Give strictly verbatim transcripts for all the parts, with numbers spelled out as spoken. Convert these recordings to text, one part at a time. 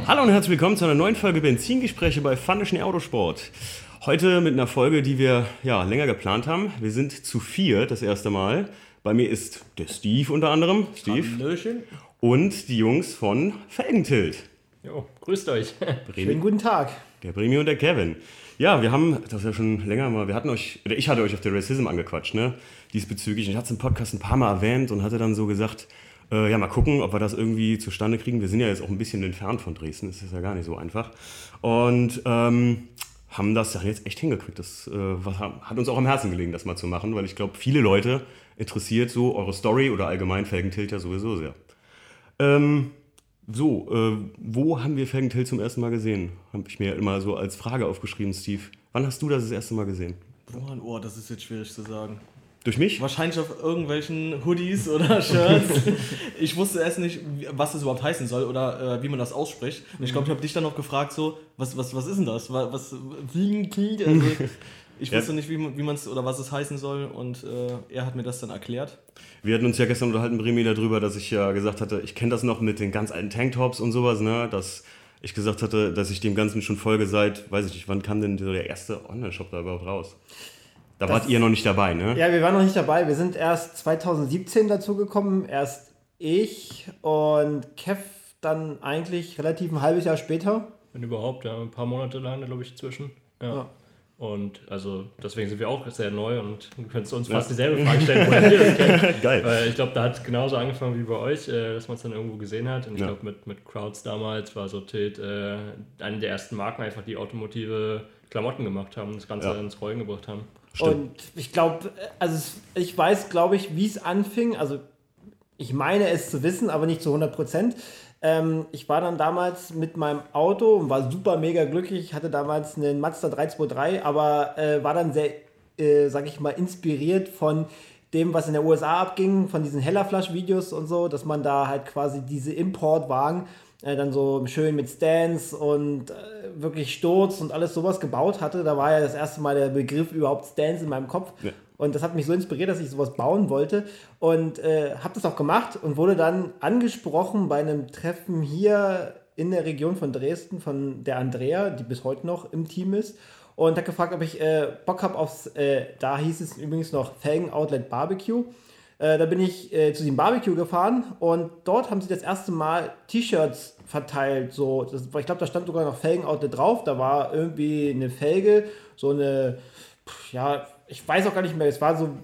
Hallo und herzlich willkommen zu einer neuen Folge Benzingespräche bei Fun Autosport. Heute mit einer Folge, die wir ja länger geplant haben. Wir sind zu viert das erste Mal. Bei mir ist der Steve unter anderem. Steve. Hallöchen. Und die Jungs von Felgentilt. Jo, grüßt euch. Schönen guten Tag. Der Bremi und der Kevin. Ja, wir haben, das ist ja schon länger mal, wir hatten euch, oder ich hatte euch auf der Racism angequatscht, ne, diesbezüglich. Ich hatte es im Podcast ein paar Mal erwähnt und hatte dann so gesagt, äh, ja, mal gucken, ob wir das irgendwie zustande kriegen. Wir sind ja jetzt auch ein bisschen entfernt von Dresden, das ist ja gar nicht so einfach. Und ähm, haben das ja jetzt echt hingekriegt. Das äh, was, hat uns auch am Herzen gelegen, das mal zu machen, weil ich glaube, viele Leute interessiert so eure Story oder allgemein Felgentilt ja sowieso sehr. Ähm, So, äh, wo haben wir Felgentilt zum ersten Mal gesehen? Habe ich mir immer so als Frage aufgeschrieben, Steve. Wann hast du das das erste Mal gesehen? Boah, oh, das ist jetzt schwierig zu sagen. Durch mich? Wahrscheinlich auf irgendwelchen Hoodies oder Shirts. Ich wusste erst nicht, was das überhaupt heißen soll oder äh, wie man das ausspricht. Und ich glaube, ich habe dich dann noch gefragt, so, was, was, was ist denn das? Was, was Felgentilt? Also, ich wusste ja nicht, wie man es oder was es heißen soll und äh, er hat mir das dann erklärt. Wir hatten uns ja gestern unterhalten, Bremi, darüber, dass ich ja gesagt hatte, ich kenne das noch mit den ganz alten Tanktops und sowas, ne, dass ich gesagt hatte, dass ich dem Ganzen schon folge seit, weiß ich nicht, wann kam denn der erste Online-Shop da überhaupt raus? Da das, wart ihr noch nicht dabei, ne? Ja, wir waren noch nicht dabei. Wir sind erst zwanzig siebzehn dazu gekommen, erst ich und Kev dann eigentlich relativ ein halbes Jahr später. Wenn überhaupt, ja, ein paar Monate lang, glaube ich, zwischen. Ja. ja. Und also deswegen sind wir auch sehr neu und du könntest uns fast ja. dieselbe Frage stellen, woher wir das kennen. Geil. Weil ich glaube, da hat es genauso angefangen wie bei euch, äh, dass man es dann irgendwo gesehen hat. Und ich ja. glaube, mit, mit Crowds damals war so Tilt äh, eine der ersten Marken einfach, die automotive Klamotten gemacht haben, das Ganze ja. ins Rollen gebracht haben. Stimmt. Und ich glaube, also ich weiß, glaube ich, wie es anfing. Also ich meine es zu wissen, aber nicht zu hundert Prozent. Ähm, ich war dann damals mit meinem Auto und war super mega glücklich. Ich hatte damals einen Mazda drei zwei drei, aber äh, war dann sehr, äh, sag ich mal, inspiriert von dem, was in der U S A abging, von diesen Hellerflash-Videos und so, dass man da halt quasi diese Importwagen äh, dann so schön mit Stands und äh, wirklich Sturz und alles sowas gebaut hatte. Da war ja das erste Mal der Begriff überhaupt Stands in meinem Kopf. Ja. Und das hat mich so inspiriert, dass ich sowas bauen wollte und äh, habe das auch gemacht und wurde dann angesprochen bei einem Treffen hier in der Region von Dresden von der Andrea, die bis heute noch im Team ist, und hat gefragt, ob ich äh, Bock habe aufs, äh, da hieß es übrigens noch Felgen Outlet Barbecue. Äh, da bin ich äh, zu diesem Barbecue gefahren und dort haben sie das erste Mal T-Shirts verteilt. So, das, ich glaube, da stand sogar noch Felgen Outlet drauf. Da war irgendwie eine Felge, so eine, ja, ich weiß auch gar nicht mehr, es war so,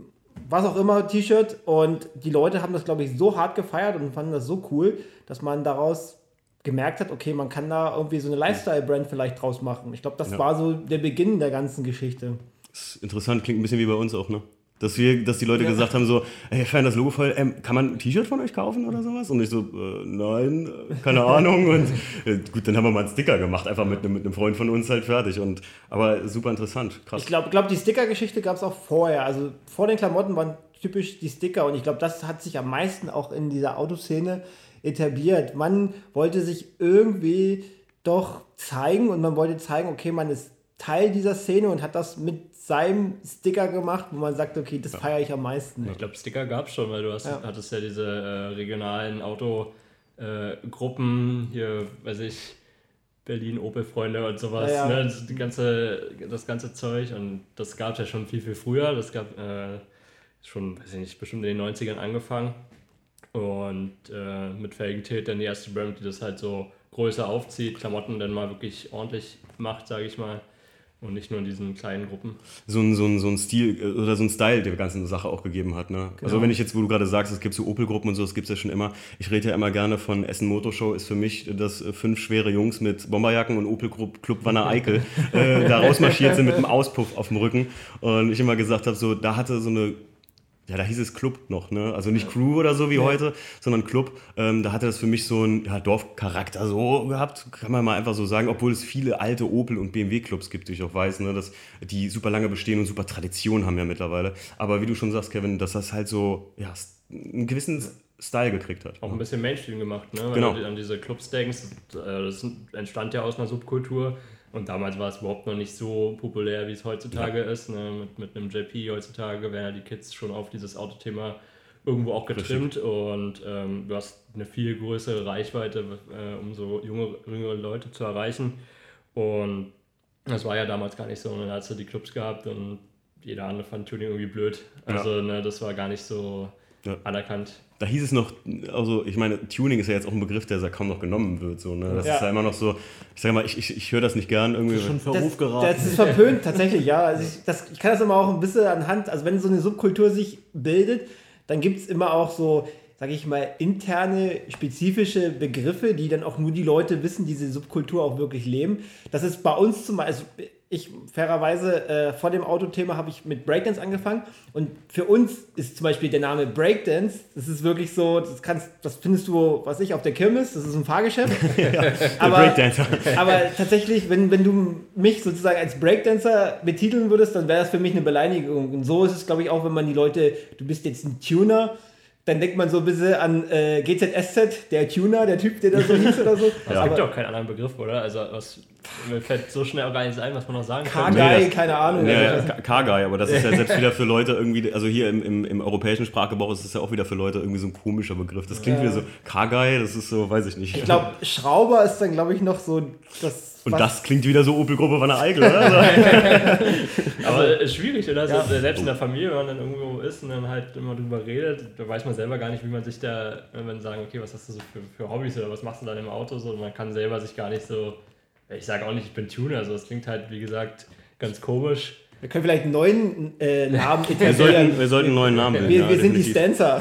was auch immer, T-Shirt. Und die Leute haben das, glaube ich, so hart gefeiert und fanden das so cool, dass man daraus gemerkt hat, okay, man kann da irgendwie so eine Lifestyle-Brand vielleicht draus machen. Ich glaube, das ja. war so der Beginn der ganzen Geschichte. Das ist interessant, klingt ein bisschen wie bei uns auch, ne? Dass wir, dass die Leute ja. gesagt haben so, ey, ich fand das Logo voll, ähm, kann man ein T-Shirt von euch kaufen oder sowas? Und ich so, äh, nein, keine Ahnung. Und äh, gut, dann haben wir mal einen Sticker gemacht, einfach mit, mit einem Freund von uns halt fertig. Und, aber super interessant, krass. Ich glaube, glaub, die Sticker-Geschichte gab es auch vorher. Also vor den Klamotten waren typisch die Sticker. Und ich glaube, das hat sich am meisten auch in dieser Autoszene etabliert. Man wollte sich irgendwie doch zeigen und man wollte zeigen, okay, man ist Teil dieser Szene und hat das mit seinem Sticker gemacht, wo man sagt, okay, das ja. feiere ich am meisten. Ich glaube, Sticker gab es schon, weil du hast, ja. hattest ja diese äh, regionalen Autogruppen, äh, hier, weiß ich, Berlin, Opel-Freunde und sowas, ja, ja. Ne? Das, die ganze, das ganze Zeug, und das gab es ja schon viel, viel früher. Das gab äh, schon, weiß ich nicht, bestimmt in den neunzigern angefangen. Und äh, mit Felgentilt dann die erste Brand, die das halt so größer aufzieht, Klamotten dann mal wirklich ordentlich macht, sage ich mal. Und nicht nur in diesen kleinen Gruppen. So ein, so ein, so ein Stil oder so ein Style, der die ganze Sache auch gegeben hat. Ne? Genau. Also wenn ich jetzt, wo du gerade sagst, es gibt so Opel-Gruppen und so, das gibt es ja schon immer. Ich rede ja immer gerne von Essen Motorshow, ist für mich, dass fünf schwere Jungs mit Bomberjacken und Opel-Club Wanne Eickel äh, da rausmarschiert sind mit einem Auspuff auf dem Rücken. Und ich immer gesagt habe, so, da hatte so eine, ja, da hieß es Club noch, ne? Also nicht Crew oder so wie ja. heute, sondern Club. Ähm, da hatte das für mich so einen ja, Dorfcharakter so gehabt, kann man mal einfach so sagen, obwohl es viele alte Opel- und B M W-Clubs gibt, die ich auch weiß, ne? Dass die super lange bestehen und super Tradition haben ja mittlerweile. Aber wie du schon sagst, Kevin, dass das halt so ja, einen gewissen Style gekriegt hat. Auch ein bisschen Mainstream gemacht, ne? Wenn genau. du an diese Clubs denkst, das entstand ja aus einer Subkultur. Und damals war es überhaupt noch nicht so populär, wie es heutzutage ja. ist. Ne? Mit, mit einem J P heutzutage werden ja die Kids schon auf dieses Autothema irgendwo auch getrimmt. Richtig. Und ähm, du hast eine viel größere Reichweite, äh, um so junge, jüngere Leute zu erreichen. Und das war ja damals gar nicht so. Und dann hast du die Clubs gehabt und jeder andere fand Tuning irgendwie blöd. Also ja. ne, das war gar nicht so ja. anerkannt. Da hieß es noch, also ich meine, Tuning ist ja jetzt auch ein Begriff, der kaum noch genommen wird. So, ne? Das ja. ist ja immer noch so, ich sage mal, ich, ich, ich höre das nicht gern irgendwie. Das ist schon Verruf geraten. Das ist verpönt, tatsächlich, ja. Also ich, das, ich kann das immer auch ein bisschen anhand, also wenn so eine Subkultur sich bildet, dann gibt es immer auch so, sage ich mal, interne, spezifische Begriffe, die dann auch nur die Leute wissen, die diese Subkultur auch wirklich leben. Das ist bei uns zum Beispiel, also ich fairerweise äh, vor dem Autothema habe ich mit Breakdance angefangen und für uns ist zum Beispiel der Name Breakdance, das ist wirklich so, das kannst, das findest du, was ich, auf der Kirmes, das ist ein Fahrgeschäft. ja, aber, Breakdancer. aber tatsächlich, wenn, wenn du mich sozusagen als Breakdancer betiteln würdest, dann wäre das für mich eine Beleidigung. Und so ist es, glaube ich, auch, wenn man die Leute, du bist jetzt ein Tuner, dann denkt man so ein bisschen an äh, G Z S Z, der Tuner, der Typ, der da so hieß oder so. Es ja. gibt ja auch keinen anderen Begriff, oder? Also was, mir fällt so schnell auch gar nichts ein, was man noch sagen kann. K-Guy, nee, keine Ahnung. Ja, ja, K-Guy, aber das ist ja selbst wieder für Leute irgendwie, also hier im, im, im europäischen Sprachgebrauch ist das ja auch wieder für Leute irgendwie so ein komischer Begriff. Das klingt ja. wieder so, K-Guy, das ist so, weiß ich nicht. Ich glaube, Schrauber ist dann, glaube ich, noch so das... Und das klingt wieder so Opel-Gruppe von der Eickel, oder? Aber es ist schwierig, oder? Ja. Selbst in der Familie, wenn man dann irgendwo ist und dann halt immer drüber redet, da weiß man selber gar nicht, wie man sich da, wenn man sagen, okay, was hast du so für, für Hobbys oder was machst du dann im Auto so, und man kann selber sich gar nicht so, ich sage auch nicht, ich bin Tuner, also das klingt halt, wie gesagt, ganz komisch. Wir können vielleicht einen neuen äh, Namen etablieren. Wir sollten, wir sollten einen neuen Namen bilden. Wir, ja, wir sind die Stancer.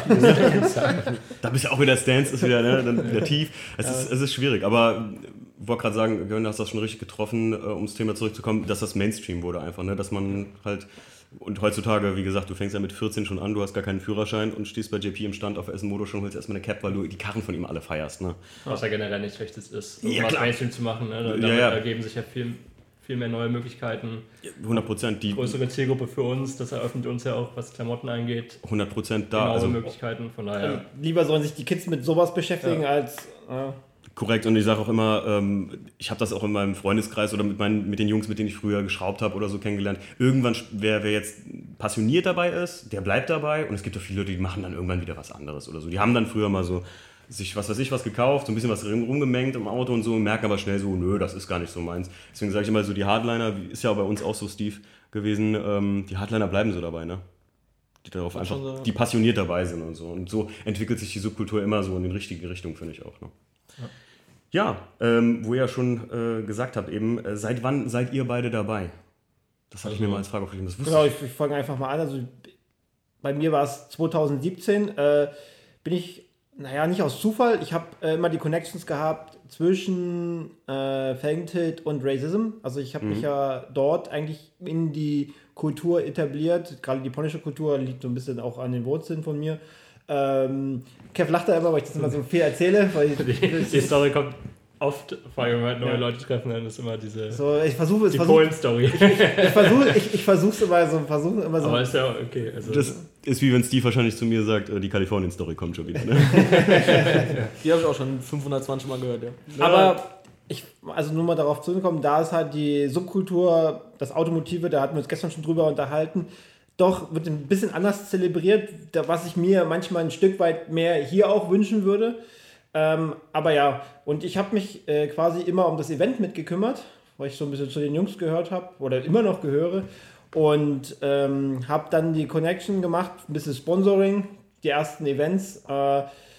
Da bist du auch wieder Stance, ist wieder, ne, dann wieder tief. Es, ja. ist, es ist schwierig, aber ich wollte gerade sagen, Björn, du hast das schon richtig getroffen, um das Thema zurückzukommen, dass das Mainstream wurde einfach, ne? Dass man halt, und heutzutage, wie gesagt, du fängst ja mit vierzehn schon an, du hast gar keinen Führerschein und stehst bei J P im Stand auf Essen Motor schon, holst erstmal eine Cap, weil du die Karren von ihm alle feierst, ne? Was ja generell nicht schlecht ist, um ja, was Mainstream zu machen, ne? Damit ja, ja. ergeben sich ja viel, viel mehr neue Möglichkeiten. hundert Prozent. Die größere Zielgruppe für uns, das eröffnet uns ja auch, was Klamotten angeht. hundert Prozent da. Also Möglichkeiten, von daher. Also lieber sollen sich die Kids mit sowas beschäftigen, ja. als... Äh Korrekt, und ich sage auch immer, ähm, ich habe das auch in meinem Freundeskreis oder mit, meinen, mit den Jungs, mit denen ich früher geschraubt habe oder so kennengelernt. Irgendwann, wer, wer jetzt passioniert dabei ist, der bleibt dabei, und es gibt auch viele Leute, die machen dann irgendwann wieder was anderes oder so. Die haben dann früher mal so sich was weiß ich was gekauft, so ein bisschen was rumgemengt im Auto und so, und merken aber schnell so, nö, das ist gar nicht so meins. Deswegen sage ich immer so, die Hardliner, ist ja bei uns auch so, Steve, gewesen, ähm, die Hardliner bleiben so dabei, ne? Die darauf einfach, so, die passioniert dabei sind und so. Und so entwickelt sich die Subkultur immer so in die richtige Richtung, finde ich auch, ne? Ja. Ja, ähm, wo ihr ja schon äh, gesagt habt eben, äh, seit wann seid ihr beide dabei? Das hatte also, ich mir mal als Frage aufgeschrieben. Genau, ich, ich fange einfach mal an. Also bei mir war es zwanzig siebzehn, äh, bin ich, naja, nicht aus Zufall, ich habe äh, immer die Connections gehabt zwischen äh, Fanged und Racism. Also ich habe mhm. mich ja dort eigentlich in die Kultur etabliert. Gerade die polnische Kultur liegt so ein bisschen auch an den Wurzeln von mir. Ähm, Kev lacht da immer, weil ich das immer so viel erzähle. Weil die, die Story kommt oft, vor allem, wenn wir neue ja. Leute treffen, dann ist immer diese so, ich versuche, die Polen-Story. Ich, ich versuche ich, ich es immer so. Versuch immer so. Aber ist ja okay. Also das ist wie wenn Steve wahrscheinlich zu mir sagt, die Kalifornien-Story kommt schon wieder. Ne? Die habe ich auch schon fünfhundertzwanzig Mal gehört, ja. Aber ich, also nur mal darauf zurückkommen, da ist halt die Subkultur, das Automotive, da hatten wir uns gestern schon drüber unterhalten, doch wird ein bisschen anders zelebriert, was ich mir manchmal ein Stück weit mehr hier auch wünschen würde. Ähm, aber ja, und ich habe mich äh, quasi immer um das Event mitgekümmert, weil ich so ein bisschen zu den Jungs gehört habe oder immer noch gehöre, und ähm, habe dann die Connection gemacht, ein bisschen Sponsoring, die ersten Events, äh,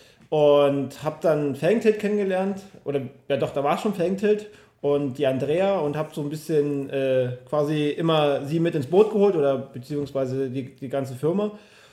und habe dann Fanged kennengelernt, oder ja doch, da war schon Fanged, und die Andrea, und habe so ein bisschen äh, quasi immer sie mit ins Boot geholt, oder beziehungsweise die, die ganze Firma.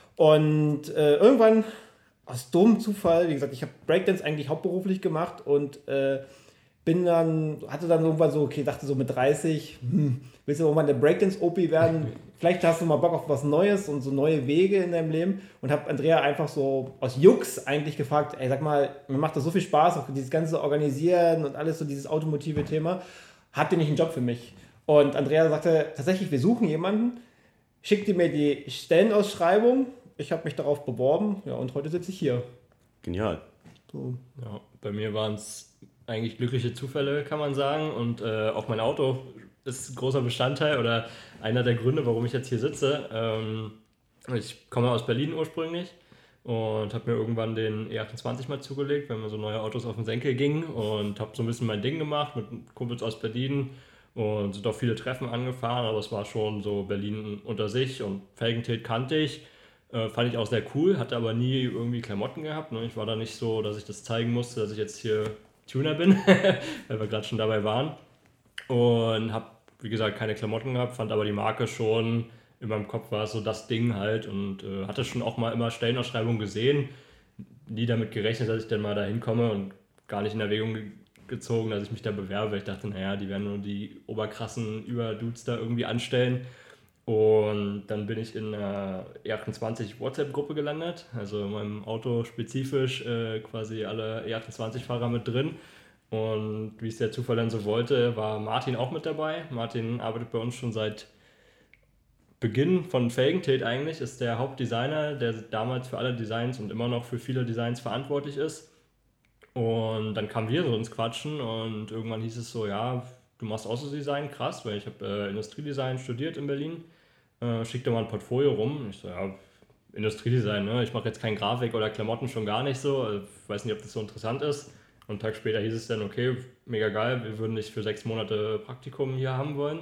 Und äh, irgendwann, aus dummem Zufall, wie gesagt, ich habe Breakdance eigentlich hauptberuflich gemacht und äh, bin dann, hatte dann irgendwann so, okay, dachte so mit dreißig, hm, willst du irgendwann der Breakdance-O P werden? Vielleicht hast du mal Bock auf was Neues und so neue Wege in deinem Leben. Und habe Andrea einfach so aus Jux eigentlich gefragt, ey, sag mal, mir macht das so viel Spaß, auch dieses ganze Organisieren und alles so dieses automotive Thema. Habt ihr nicht einen Job für mich? Und Andrea sagte, tatsächlich, wir suchen jemanden, schickte mir die Stellenausschreibung, ich habe mich darauf beworben, ja, und heute sitze ich hier. Genial. So. Ja, bei mir waren es eigentlich glückliche Zufälle, kann man sagen, und äh, auch mein Auto ist ein großer Bestandteil oder einer der Gründe, warum ich jetzt hier sitze. Ähm, ich komme aus Berlin ursprünglich und habe mir irgendwann den E achtundzwanzig mal zugelegt, wenn mir so neue Autos auf den Senkel gingen und habe so ein bisschen mein Ding gemacht mit Kumpels aus Berlin und sind auch viele Treffen angefahren, aber es war schon so Berlin unter sich und Felgentilt kannte ich. Äh, fand ich auch sehr cool, hatte aber nie irgendwie Klamotten gehabt. Ne? Ich war da nicht so, dass ich das zeigen musste, dass ich jetzt hier Tuner bin, weil wir gerade schon dabei waren. Und habe, wie gesagt, keine Klamotten gehabt, fand aber die Marke schon, in meinem Kopf war es so das Ding halt und äh, hatte schon auch mal immer Stellenausschreibungen gesehen. Nie damit gerechnet, dass ich dann mal da hinkomme und gar nicht in Erwägung ge- gezogen, dass ich mich da bewerbe. Ich dachte, naja, die werden nur die oberkrassen Überdudes da irgendwie anstellen. Und dann bin ich in einer E achtundzwanzig WhatsApp-Gruppe gelandet, also in meinem Auto spezifisch äh, quasi alle E achtundzwanzig-Fahrer mit drin. Und wie es der Zufall dann so wollte, war Martin auch mit dabei. Martin arbeitet bei uns schon seit Beginn von Felgentilt eigentlich, ist der Hauptdesigner, der damals für alle Designs und immer noch für viele Designs verantwortlich ist. Und dann kamen wir so ins Quatschen und irgendwann hieß es so, ja, du machst Außendesign, krass, weil ich habe äh, Industriedesign studiert in Berlin. Äh, schick dir mal ein Portfolio rum. Ich so, ja, Industriedesign, ne? Ich mache jetzt kein Grafik oder Klamotten schon gar nicht so. Also, ich weiß nicht, ob das so interessant ist. Und einen Tag später hieß es dann, okay, mega geil, wir würden dich für sechs Monate Praktikum hier haben wollen.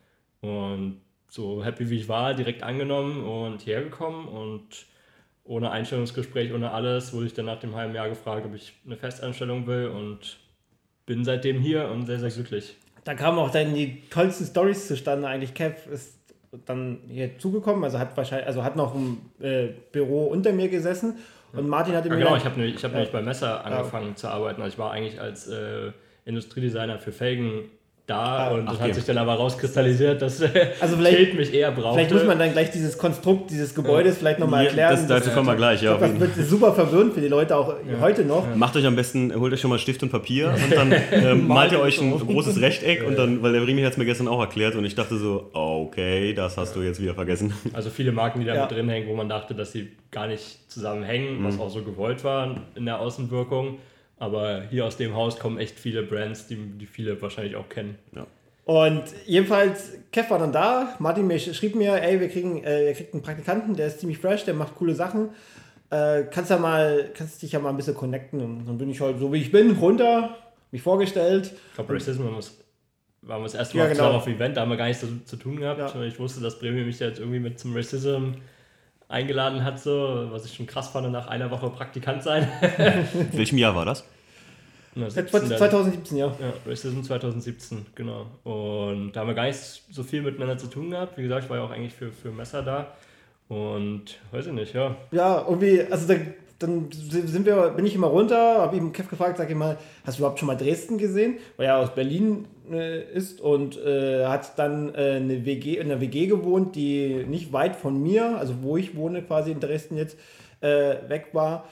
Und so happy wie ich war, direkt angenommen und hierher gekommen. Und ohne Einstellungsgespräch, ohne alles, wurde ich dann nach dem halben Jahr gefragt, ob ich eine Festanstellung will. Und bin seitdem hier und sehr, sehr glücklich. Da kamen auch dann die tollsten Storys zustande eigentlich. Kev ist dann hier zugekommen, also hat wahrscheinlich, also hat noch im äh, Büro unter mir gesessen und Martin hatte ja, mir genau, dann, ich habe nämlich, ich hab ja. nämlich bei Messer angefangen ja. zu arbeiten. Also ich war eigentlich als äh, Industriedesigner für Felgen da ah, und das hat ja. sich dann aber rauskristallisiert, dass also Tilt mich eher brauchte. Vielleicht muss man dann gleich dieses Konstrukt dieses Gebäudes ja. vielleicht nochmal erklären. Das, dazu kommen wir gleich, ja. Das wird super verwirrend für die Leute auch ja. heute noch. Ja. Macht euch am besten, holt euch schon mal Stift und Papier und dann äh, malt ihr euch ein großes Rechteck und dann, weil der Rimi hat es mir gestern auch erklärt und ich dachte so, okay, das hast du jetzt wieder vergessen. Also viele Marken, die da ja. mit drin hängen, wo man dachte, dass sie gar nicht zusammenhängen, mhm. was auch so gewollt war in der Außenwirkung. Aber hier aus dem Haus kommen echt viele Brands, die, die viele wahrscheinlich auch kennen. Ja. Und jedenfalls, Kev war dann da, Martin mir, schrieb mir, ey, wir kriegen, äh, ihr kriegt einen Praktikanten, der ist ziemlich fresh, der macht coole Sachen. Äh, kannst ja mal, kannst dich ja mal ein bisschen connecten. Und dann bin ich halt so wie ich bin, runter, mich vorgestellt. Ich glaube, Racism waren wir das erste Mal ja, genau. auf Event, da haben wir gar nichts zu, zu tun gehabt. Ja. Ich wusste, dass Bremi mich jetzt irgendwie mit zum Racism eingeladen hat, so, was ich schon krass fand, nach einer Woche Praktikant sein. In welchem Jahr war das? Na, zwanzig siebzehn, ja. Ja, Racism zwanzig siebzehn, genau. Und da haben wir gar nicht so viel miteinander zu tun gehabt. Wie gesagt, ich war ja auch eigentlich für, für Messer da. Und weiß ich nicht, ja. Ja, irgendwie, also da, dann sind wir, bin ich immer runter, habe ihm Kev gefragt, sag ich mal, hast du überhaupt schon mal Dresden gesehen? Weil er aus Berlin äh, ist und äh, hat dann äh, eine W G, in einer W G gewohnt, die nicht weit von mir, also wo ich wohne quasi in Dresden jetzt, äh, weg war.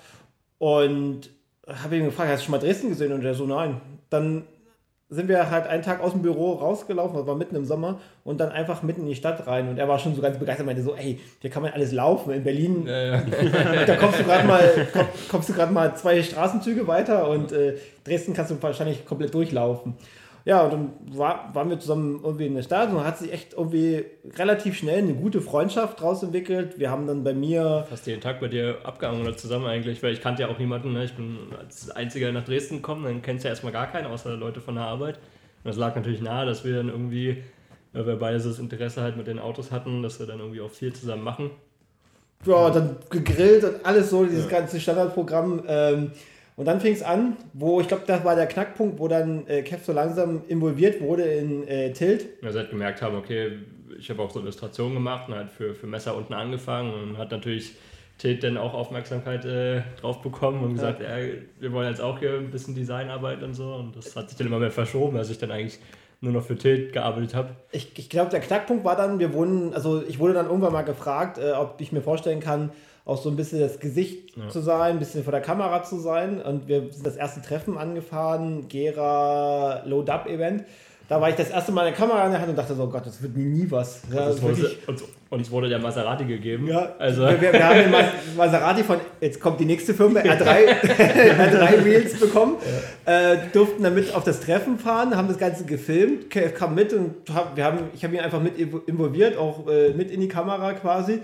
Und habe ihn gefragt, hast du schon mal Dresden gesehen? Und er so, nein. Dann sind wir halt einen Tag aus dem Büro rausgelaufen, das war mitten im Sommer, und dann einfach mitten in die Stadt rein. Und er war schon so ganz begeistert, meinte so, ey, hier kann man alles laufen. In Berlin, ja, ja. da kommst du gerade mal, komm, kommst du gerade mal zwei Straßenzüge weiter und äh, Dresden kannst du wahrscheinlich komplett durchlaufen. Ja, und dann war, waren wir zusammen irgendwie in der Stadt und hat sich echt irgendwie relativ schnell eine gute Freundschaft draus entwickelt. Wir haben dann bei mir... Fast jeden Tag bei dir abgehangen oder zusammen eigentlich, weil ich kannte ja auch niemanden. Ne? Ich bin als Einziger nach Dresden gekommen, dann kennst du ja erstmal gar keinen, außer Leute von der Arbeit. Und das lag natürlich nahe, dass wir dann irgendwie, weil wir beide so das Interesse halt mit den Autos hatten, dass wir dann irgendwie auch viel zusammen machen. Ja, dann gegrillt und alles so, dieses ja. ganze Standardprogramm. Ähm, Und dann fing es an, wo ich glaube, das war der Knackpunkt, wo dann äh, Kev so langsam involviert wurde in äh, Tilt. Ja, seit gemerkt haben, okay, ich habe auch so Illustrationen gemacht und halt für, für Messer unten angefangen und hat natürlich Tilt dann auch Aufmerksamkeit äh, drauf bekommen und gesagt, ja. ja, wir wollen jetzt auch hier ein bisschen Designarbeit und so. Und das hat sich dann immer mehr verschoben, als ich dann eigentlich nur noch für Tilt gearbeitet habe. Ich, ich glaube, der Knackpunkt war dann, wir wurden, also ich wurde dann irgendwann mal gefragt, äh, ob ich mir vorstellen kann, auch so ein bisschen das Gesicht ja. zu sein, ein bisschen vor der Kamera zu sein. Und wir sind das erste Treffen angefahren, Gera Low-Dub-Event. Da war ich das erste Mal in der Kamera in der Hand und dachte so, oh Gott, das wird mir nie was. Ja, das wurde, uns, uns wurde der Maserati gegeben. Ja, also. wir, wir, wir haben den Maserati von, jetzt kommt die nächste Firma, R drei, R drei Wheels bekommen, ja. äh, durften damit auf das Treffen fahren, haben das Ganze gefilmt, kam mit und hab, wir haben, ich habe ihn einfach mit involviert, auch äh, mit in die Kamera quasi.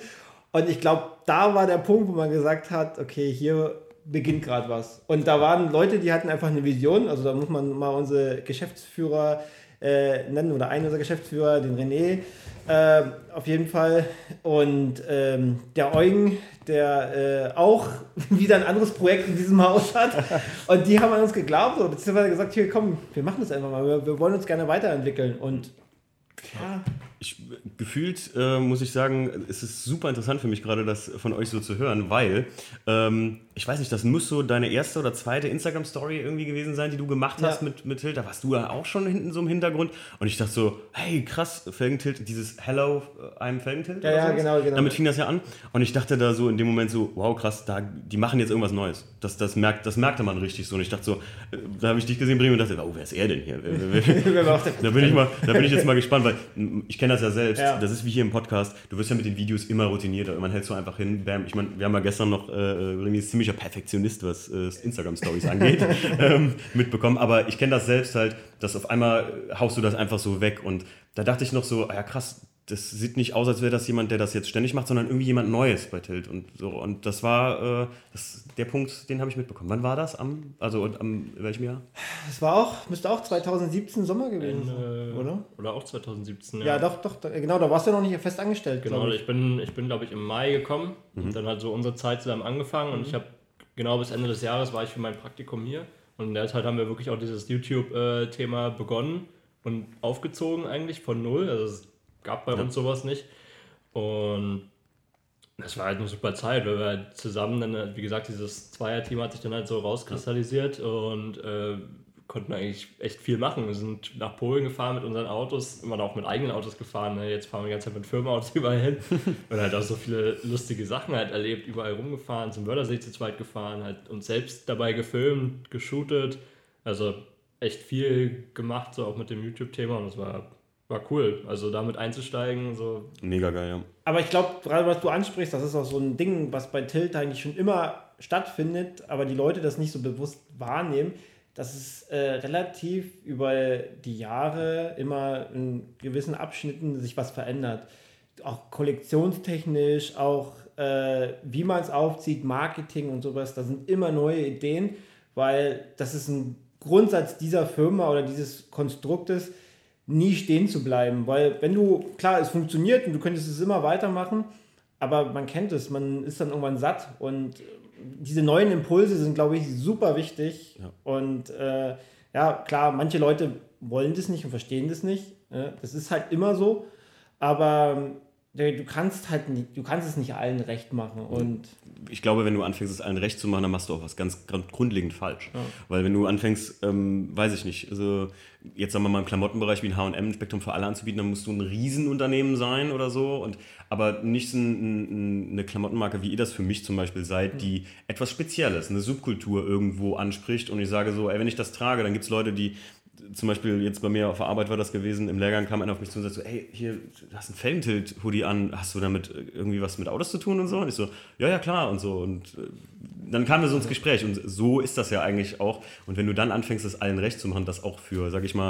Und ich glaube, da war der Punkt, wo man gesagt hat, okay, hier beginnt gerade was. Und da waren Leute, die hatten einfach eine Vision. Also da muss man mal unsere Geschäftsführer äh, nennen oder einen unserer Geschäftsführer, den René, äh, auf jeden Fall. Und ähm, der Eugen, der äh, auch wieder ein anderes Projekt in diesem Haus hat. Und die haben an uns geglaubt, oder beziehungsweise gesagt, hier komm, wir machen das einfach mal. Wir, wir wollen uns gerne weiterentwickeln. Und ja... Ich, gefühlt äh, muss ich sagen, es ist super interessant für mich gerade, das von euch so zu hören, weil, ähm, ich weiß nicht, das muss so deine erste oder zweite Instagram-Story irgendwie gewesen sein, die du gemacht hast ja. mit, mit Tilt. Da warst du ja auch schon hinten so im Hintergrund und ich dachte so, hey krass, Felgentilt, dieses Hello, I'm Felgentilt. Ja, ja, genau, genau. Damit fing das ja an und ich dachte da so in dem Moment so, wow krass, da, die machen jetzt irgendwas Neues. Das, das, merkt, das merkte man richtig so und ich dachte so, äh, da habe ich dich gesehen, Bremen, und dachte, oh, wer ist er denn hier? da, bin ich mal, da bin ich jetzt mal gespannt, weil ich kenne das ja selbst, ja. Das ist wie hier im Podcast, du wirst ja mit den Videos immer routinierter, man hält so einfach hin, bam. Ich meine, wir haben ja gestern noch, äh, Remy ist ziemlicher Perfektionist, was äh, Instagram-Stories angeht, ähm, mitbekommen, aber ich kenne das selbst halt, dass auf einmal haust du das einfach so weg und da dachte ich noch so, ja krass, das sieht nicht aus, als wäre das jemand, der das jetzt ständig macht, sondern irgendwie jemand Neues bei Tilt und so. Und das war äh, das, der Punkt, den habe ich mitbekommen. Wann war das? Am, also am welchem Jahr? Das war auch, müsste auch zwanzig siebzehn Sommer gewesen sein, äh, oder? Oder auch zwanzig siebzehn, ja. Ja, doch, doch, genau, da warst du noch nicht fest angestellt. Genau, ich. ich bin, ich bin glaube ich, im Mai gekommen mhm. und dann hat so unsere Zeit zusammen angefangen mhm. und ich habe genau bis Ende des Jahres war ich für mein Praktikum hier und in der Zeit haben wir wirklich auch dieses YouTube-Thema begonnen und aufgezogen eigentlich von null, also es gab bei ja. uns sowas nicht. Und das war halt eine super Zeit, weil wir halt zusammen dann, wie gesagt, dieses Zweier-Team hat sich dann halt so rauskristallisiert ja. und äh, konnten eigentlich echt viel machen. Wir sind nach Polen gefahren mit unseren Autos, immer auch mit eigenen Autos gefahren. Ne? Jetzt fahren wir die ganze Zeit mit Firmenautos überall hin und halt auch so viele lustige Sachen halt erlebt, überall rumgefahren, zum Wörthersee zu zweit gefahren, halt uns selbst dabei gefilmt, geshootet. Also echt viel gemacht, so auch mit dem YouTube-Thema und es war War cool, also damit einzusteigen. So. Mega geil, ja. Aber ich glaube, gerade was du ansprichst, das ist auch so ein Ding, was bei Tilt eigentlich schon immer stattfindet, aber die Leute das nicht so bewusst wahrnehmen, dass es äh, relativ über die Jahre immer in gewissen Abschnitten sich was verändert. Auch kollektionstechnisch, auch äh, wie man es aufzieht, Marketing und sowas, da sind immer neue Ideen, weil das ist ein Grundsatz dieser Firma oder dieses Konstruktes, nie stehen zu bleiben, weil wenn du, klar, es funktioniert und du könntest es immer weitermachen, aber man kennt es, man ist dann irgendwann satt und diese neuen Impulse sind, glaube ich, super wichtig ja. und äh, ja, klar, manche Leute wollen das nicht und verstehen das nicht, äh, das ist halt immer so, aber äh, du kannst halt nicht, du kannst es nicht allen recht machen und ich glaube, wenn du anfängst, es allen recht zu machen, dann machst du auch was ganz grundlegend falsch. Ja. Weil wenn du anfängst, ähm, weiß ich nicht, also jetzt sagen wir mal im Klamottenbereich wie ein H und M, ein Spektrum für alle anzubieten, dann musst du ein Riesenunternehmen sein oder so. Und, aber nicht so ein, ein, eine Klamottenmarke, wie ihr das für mich zum Beispiel seid, die etwas Spezielles, eine Subkultur irgendwo anspricht. Und ich sage so, ey, wenn ich das trage, dann gibt es Leute, die zum Beispiel jetzt bei mir auf der Arbeit war das gewesen, im Lehrgang kam einer auf mich zu und sagte so, ey, hier, du hast einen Felgentilt-Hoodie an, hast du damit irgendwie was mit Autos zu tun und so? Und ich so, ja, ja, klar und so. Und äh, dann kamen wir so ins Gespräch und so ist das ja eigentlich auch. Und wenn du dann anfängst, das allen recht zu machen, das auch für, sag ich mal,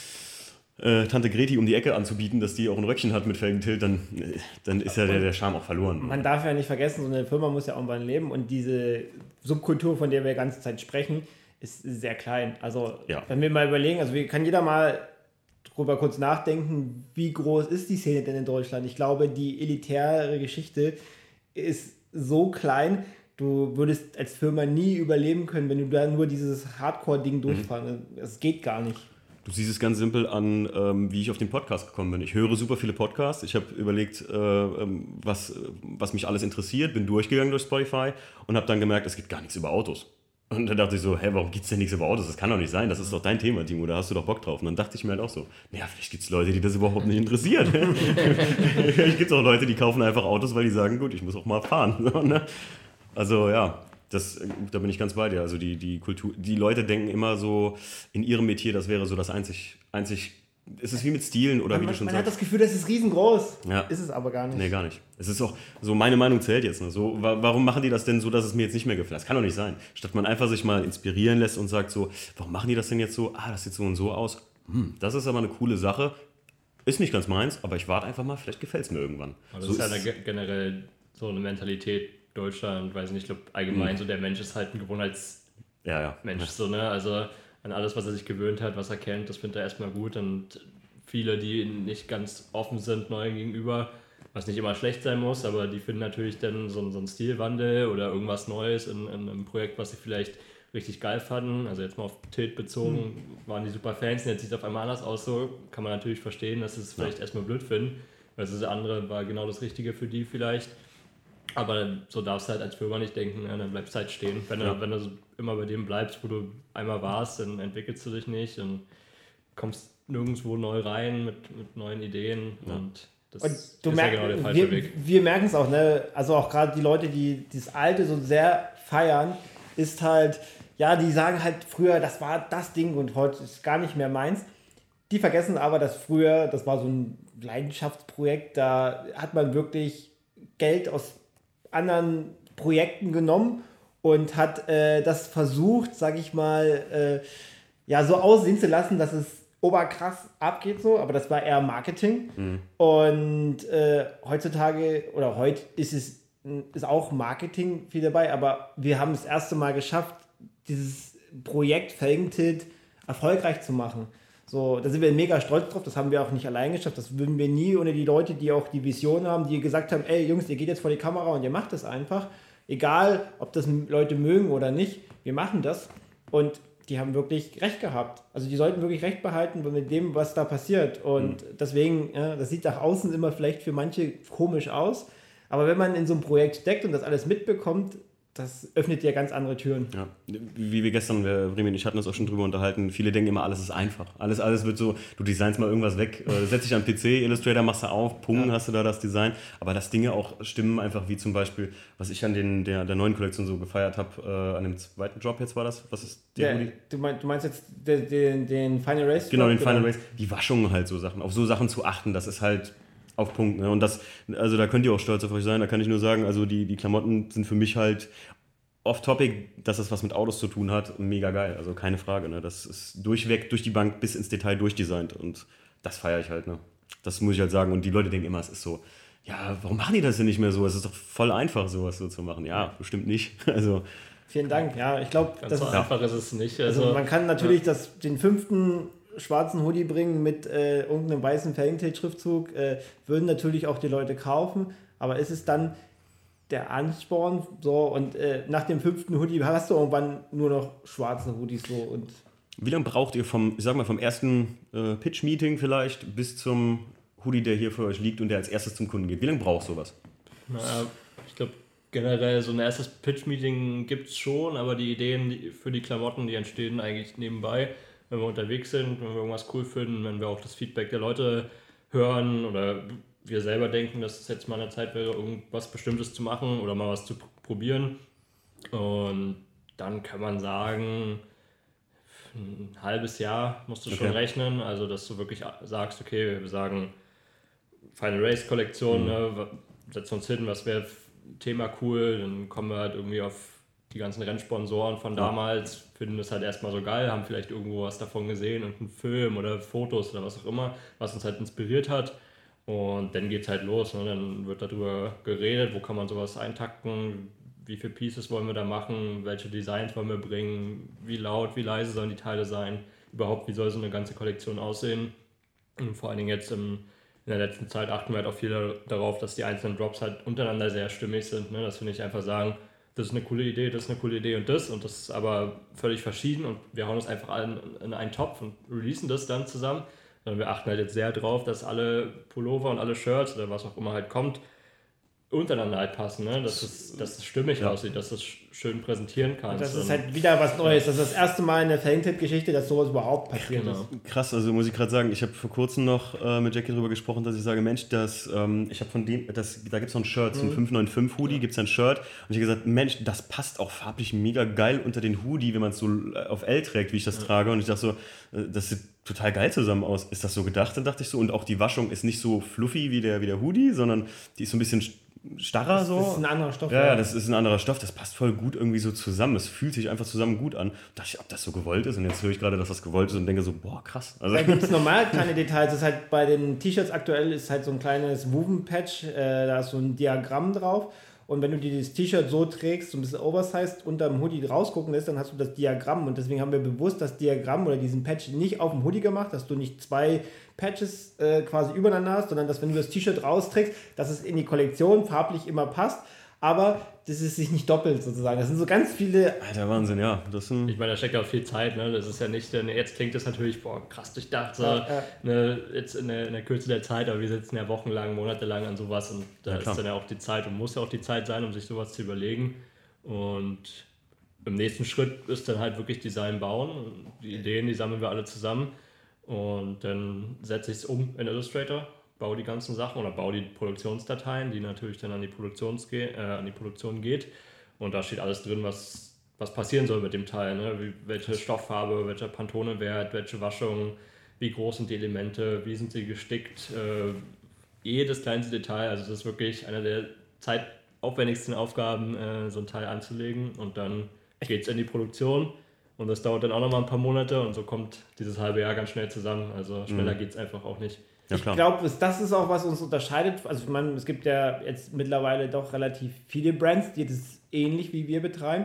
äh, Tante Greti um die Ecke anzubieten, dass die auch ein Röckchen hat mit Felgentilt, dann, dann ist ja der, der Charme auch verloren. Man darf ja nicht vergessen, so eine Firma muss ja irgendwann leben und diese Subkultur, von der wir die ganze Zeit sprechen, ist sehr klein. Also ja. wenn wir mal überlegen, also kann jeder mal drüber kurz nachdenken, wie groß ist die Szene denn in Deutschland? Ich glaube, die elitäre Geschichte ist so klein, du würdest als Firma nie überleben können, wenn du da nur dieses Hardcore-Ding durchfahren. Das mhm. geht gar nicht. Du siehst es ganz simpel an, ähm, wie ich auf den Podcast gekommen bin. Ich höre super viele Podcasts. Ich habe überlegt, äh, was, was mich alles interessiert, bin durchgegangen durch Spotify und habe dann gemerkt, es gibt gar nichts über Autos. Und dann dachte ich so, hä, warum gibt es denn nichts über Autos? Das kann doch nicht sein, das ist doch dein Thema, Timo, da hast du doch Bock drauf. Und dann dachte ich mir halt auch so, naja, vielleicht gibt es Leute, die das überhaupt nicht interessiert. Vielleicht gibt es auch Leute, die kaufen einfach Autos, weil die sagen, gut, ich muss auch mal fahren. So, ne? Also ja, das, da bin ich ganz bei dir. Also die, die Kultur, die Leute denken immer so in ihrem Metier, das wäre so das einzig, einzig es ist wie mit Stilen oder man, wie du schon man sagst. Man hat das Gefühl, das ist riesengroß. Ja. Ist es aber gar nicht. Nee, gar nicht. Es ist auch, so meine Meinung zählt jetzt. Ne? So, wa- warum machen die das denn so, dass es mir jetzt nicht mehr gefällt? Das kann doch nicht sein. Statt man einfach sich mal inspirieren lässt und sagt so, warum machen die das denn jetzt so? Ah, das sieht so und so aus. Hm, das ist aber eine coole Sache. Ist nicht ganz meins, aber ich warte einfach mal, vielleicht gefällt es mir irgendwann. Das so ist ja ist generell so eine Mentalität Deutschland, weiß nicht, ich glaube allgemein mhm. so der Mensch ist halt ein Gewohnheitsmensch, ja, ja. so, ne? Also an alles, was er sich gewöhnt hat, was er kennt, das findet er erstmal gut und viele, die nicht ganz offen sind neu gegenüber, was nicht immer schlecht sein muss, aber die finden natürlich dann so, so einen Stilwandel oder irgendwas Neues in, in einem Projekt, was sie vielleicht richtig geil fanden. Also jetzt mal auf Tilt bezogen, mhm. waren die super Fans, jetzt sieht es auf einmal anders aus, so kann man natürlich verstehen, dass sie es vielleicht ja. erstmal blöd finden, weil das andere war genau das Richtige für die vielleicht. Aber so darfst du halt als Firma nicht denken, ja, dann bleibst du halt stehen. Wenn, ja. du, wenn du immer bei dem bleibst, wo du einmal warst, dann entwickelst du dich nicht und kommst nirgendwo neu rein mit, mit neuen Ideen. Ja. Und das und du ist merk, ja genau der falsche wir, Weg. Wir merken es auch, ne? Also auch gerade die Leute, die das Alte so sehr feiern, ist halt, ja, die sagen halt früher, das war das Ding und heute ist gar nicht mehr meins. Die vergessen aber, dass früher, das war so ein Leidenschaftsprojekt, da hat man wirklich Geld aus anderen Projekten genommen und hat äh, das versucht, sag ich mal, äh, ja, so aussehen zu lassen, dass es oberkrass abgeht so, aber das war eher Marketing. Mhm. Und äh, heutzutage oder heute ist es ist auch Marketing viel dabei, aber wir haben das erste Mal geschafft, dieses Projekt Felgentilt erfolgreich zu machen. So, da sind wir mega stolz drauf, das haben wir auch nicht allein geschafft, das würden wir nie ohne die Leute, die auch die Vision haben, die gesagt haben, ey Jungs, ihr geht jetzt vor die Kamera und ihr macht das einfach, egal ob das Leute mögen oder nicht, wir machen das und die haben wirklich recht gehabt. Also die sollten wirklich recht behalten mit dem, was da passiert und mhm. deswegen, ja, das sieht nach außen immer vielleicht für manche komisch aus, aber wenn man in so einem Projekt steckt und das alles mitbekommt, das öffnet dir ganz andere Türen. Ja. Wie wir gestern, wir, Remy und ich hatten uns auch schon drüber unterhalten, viele denken immer, alles ist einfach. Alles, alles wird so, du designst mal irgendwas weg, äh, setzt dich an den P C, Illustrator machst du auf, Pung, ja. hast du da das Design. Aber dass Dinge auch stimmen, einfach wie zum Beispiel, was ich an den, der, der neuen Kollektion so gefeiert habe, äh, an dem zweiten Job jetzt war das, was ist der? Ja, du, meinst, du meinst jetzt den, den, den Final Race? Genau, den Final Race. Die Waschung halt so Sachen, auf so Sachen zu achten, das ist halt auf Punkt. Ne? Und das, also da könnt ihr auch stolz auf euch sein, da kann ich nur sagen, also die, die Klamotten sind für mich halt off-topic, dass das was mit Autos zu tun hat, mega geil, also keine Frage. Ne? Das ist durchweg, durch die Bank bis ins Detail durchdesignt und das feiere ich halt. Ne? Das muss ich halt sagen und die Leute denken immer, es ist so, ja, warum machen die das denn nicht mehr so? Es ist doch voll einfach, sowas so zu machen. Ja, bestimmt nicht. Also, vielen Dank, ja, ich glaube, ganz so einfach ist es nicht. Also, also man kann natürlich ja. das, den fünften schwarzen Hoodie bringen mit äh, irgendeinem weißen Felgentilt-Schriftzug, äh, würden natürlich auch die Leute kaufen, aber ist es dann der Ansporn, so, und äh, nach dem fünften Hoodie hast du irgendwann nur noch schwarze Hoodies, so, und wie lange braucht ihr vom, ich sag mal, vom ersten äh, Pitch-Meeting vielleicht bis zum Hoodie, der hier für euch liegt und der als erstes zum Kunden geht? Wie lange braucht sowas? Naja, ich glaube, generell so ein erstes Pitch-Meeting gibt es schon, aber die Ideen die, für die Klamotten, die entstehen eigentlich nebenbei, wenn wir unterwegs sind, wenn wir irgendwas cool finden, wenn wir auch das Feedback der Leute hören oder wir selber denken, dass es jetzt mal eine Zeit wäre, irgendwas Bestimmtes zu machen oder mal was zu pr- probieren. Und dann kann man sagen, ein halbes Jahr musst du okay. schon rechnen. Also, dass du wirklich sagst, okay, wir sagen Final Race Kollektion, mhm. ne, setzen uns hin, was wäre Thema cool, dann kommen wir halt irgendwie auf die ganzen Rennsponsoren von damals, finden das halt erstmal so geil, haben vielleicht irgendwo was davon gesehen und einen Film oder Fotos oder was auch immer, was uns halt inspiriert hat. Und dann geht's halt los, ne? Dann wird darüber geredet, wo kann man sowas eintakten, wie viele Pieces wollen wir da machen, welche Designs wollen wir bringen, wie laut, wie leise sollen die Teile sein, überhaupt wie soll so eine ganze Kollektion aussehen. Und vor allen Dingen jetzt im, in der letzten Zeit achten wir halt auch viel darauf, dass die einzelnen Drops halt untereinander sehr stimmig sind, ne? Dass wir nicht einfach sagen, das ist eine coole Idee, das ist eine coole Idee und das und das ist aber völlig verschieden und wir hauen das einfach alle in einen Topf und releasen das dann zusammen. Sondern wir achten halt jetzt sehr drauf, dass alle Pullover und alle Shirts oder was auch immer halt kommt, untereinander halt passen, ne? Dass es, dass es stimmig ja. aussieht, dass du es schön präsentieren kannst. Und das ist halt wieder was Neues. Das ist das erste Mal in der Felgentilt-Geschichte, dass sowas überhaupt passiert genau. ist. Krass, also muss ich gerade sagen, ich habe vor kurzem noch äh, mit Jackie darüber gesprochen, dass ich sage, Mensch, das, ähm, ich habe von dem, das, da gibt es noch ein Shirt, so ein mhm. fünf neun fünf Hoodie, ja. gibt es ein Shirt und ich habe gesagt, Mensch, das passt auch farblich mega geil unter den Hoodie, wenn man es so auf L trägt, wie ich das ja. trage und ich dachte so, äh, das sieht total geil zusammen aus. Ist das so gedacht? Dann dachte ich so, und auch die Waschung ist nicht so fluffy wie der, wie der Hoodie, sondern die ist so ein bisschen starrer das, so. Das ist ein anderer Stoff. Ja, ja, das ist ein anderer Stoff. Das passt voll gut irgendwie so zusammen. Es fühlt sich einfach zusammen gut an. Da dachte ich, ob das so gewollt ist. Und jetzt höre ich gerade, dass das gewollt ist und denke so, boah, krass. Also da gibt es normal keine Details. Das ist halt bei den T-Shirts aktuell ist halt so ein kleines Woven-Patch. Äh, da ist so ein Diagramm drauf. Und wenn du dir das T-Shirt so trägst, so ein bisschen oversized unter dem Hoodie rausgucken lässt, dann hast du das Diagramm. Und deswegen haben wir bewusst das Diagramm oder diesen Patch nicht auf dem Hoodie gemacht, dass du nicht zwei Patches äh, quasi übereinander hast, sondern dass, wenn du das T-Shirt rausträgst, dass es in die Kollektion farblich immer passt. Aber das ist sich nicht doppelt sozusagen. Das sind so ganz viele... Alter, Wahnsinn, ja. Das sind ich meine, da steckt ja auch viel Zeit, ne? Das ist ja nicht, ne, jetzt klingt das natürlich, boah, krass durchdacht, so, ja, ja. Ne, jetzt in der, in der Kürze der Zeit, aber wir sitzen ja wochenlang, monatelang an sowas und da ja, ist dann ja auch die Zeit und muss ja auch die Zeit sein, um sich sowas zu überlegen. Und im nächsten Schritt ist dann halt wirklich Design bauen. Die Ideen, die sammeln wir alle zusammen und dann setze ich es um in Illustrator, baue die ganzen Sachen oder baue die Produktionsdateien, die natürlich dann an die, Produktions äh, an die Produktion geht. Und da steht alles drin, was, was passieren soll mit dem Teil. Ne? Wie, welche Stofffarbe, welcher Pantone-Wert, welche Waschung, wie groß sind die Elemente, wie sind sie gestickt. Äh, jedes kleinste Detail. Also das ist wirklich eine der zeitaufwendigsten Aufgaben, äh, so ein Teil anzulegen. Und dann geht es in die Produktion. Und das dauert dann auch nochmal ein paar Monate. Und so kommt dieses halbe Jahr ganz schnell zusammen. Also schneller mhm. geht es einfach auch nicht. Ja, ich glaube, das ist auch, was uns unterscheidet. Also ich meine, es gibt ja jetzt mittlerweile doch relativ viele Brands, die das ähnlich wie wir betreiben,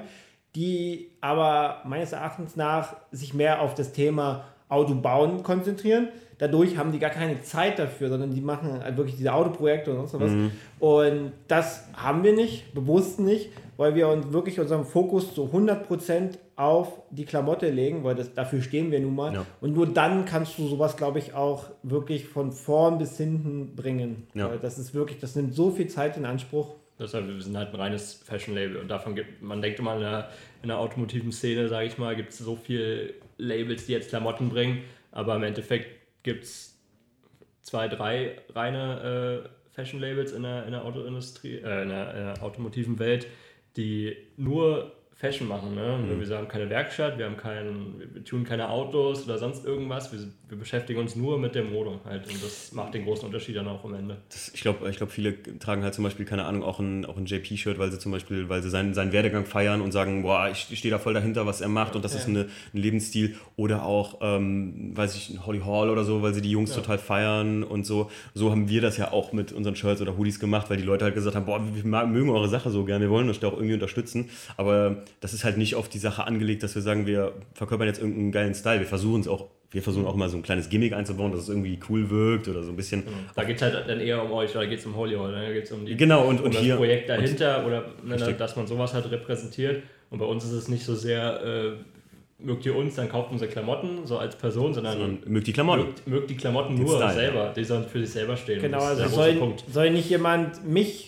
die aber meines Erachtens nach sich mehr auf das Thema Autobauen konzentrieren. Dadurch haben die gar keine Zeit dafür, sondern die machen halt wirklich diese Autoprojekte und sonst was. Mhm. Und das haben wir nicht, bewusst nicht, weil wir uns wirklich unseren Fokus zu hundert Prozent auf die Klamotte legen, weil das, dafür stehen wir nun mal. Ja. Und nur dann kannst du sowas, glaube ich, auch wirklich von vorn bis hinten bringen. Ja. Weil das ist wirklich, das nimmt so viel Zeit in Anspruch. Deshalb, wir sind halt ein reines Fashion-Label und davon gibt, man denkt immer in der, in der automotiven Szene, sage ich mal, gibt es so viele Labels, die jetzt Klamotten bringen, aber im Endeffekt gibt es zwei, drei reine äh, Fashion-Labels in der, in der Autoindustrie, äh, in, der, in der automotiven Welt, die nur Fashion machen. Ne? Mhm. Wir haben keine Werkstatt, wir haben kein, wir tun keine Autos oder sonst irgendwas. Wir, wir beschäftigen uns nur mit der Mode halt und das macht den großen Unterschied dann auch am Ende. Das, ich glaube, ich glaub, viele tragen halt zum Beispiel, keine Ahnung, auch ein, auch ein J P-Shirt, weil sie zum Beispiel, weil sie seinen, seinen Werdegang feiern und sagen, boah, ich, ich stehe da voll dahinter, was er macht und das ja. ist eine, ein Lebensstil. Oder auch, ähm, weiß ich, Holly Hall oder so, weil sie die Jungs ja. total feiern und so. So haben wir das ja auch mit unseren Shirts oder Hoodies gemacht, weil die Leute halt gesagt haben, boah, wir mögen eure Sache so gerne, wir wollen euch da auch irgendwie unterstützen. Aber das ist halt nicht auf die Sache angelegt, dass wir sagen, wir verkörpern jetzt irgendeinen geilen Style. Wir versuchen es auch, wir versuchen auch mal so ein kleines Gimmick einzubauen, dass es irgendwie cool wirkt oder so ein bisschen. Da geht es halt dann eher um euch, oder geht es um Holy Hall, da geht es um, die, genau, und, um und das hier, Projekt dahinter und, oder ne, dass man sowas halt repräsentiert. Und bei uns ist es nicht so sehr, äh, mögt ihr uns, dann kauft unsere Klamotten, so als Person, sondern, sondern mögt die Klamotten. Mögt, mögt die Klamotten nur Style, selber, ja. Die sollen für sich selber stehen. Genau, also soll, soll nicht jemand mich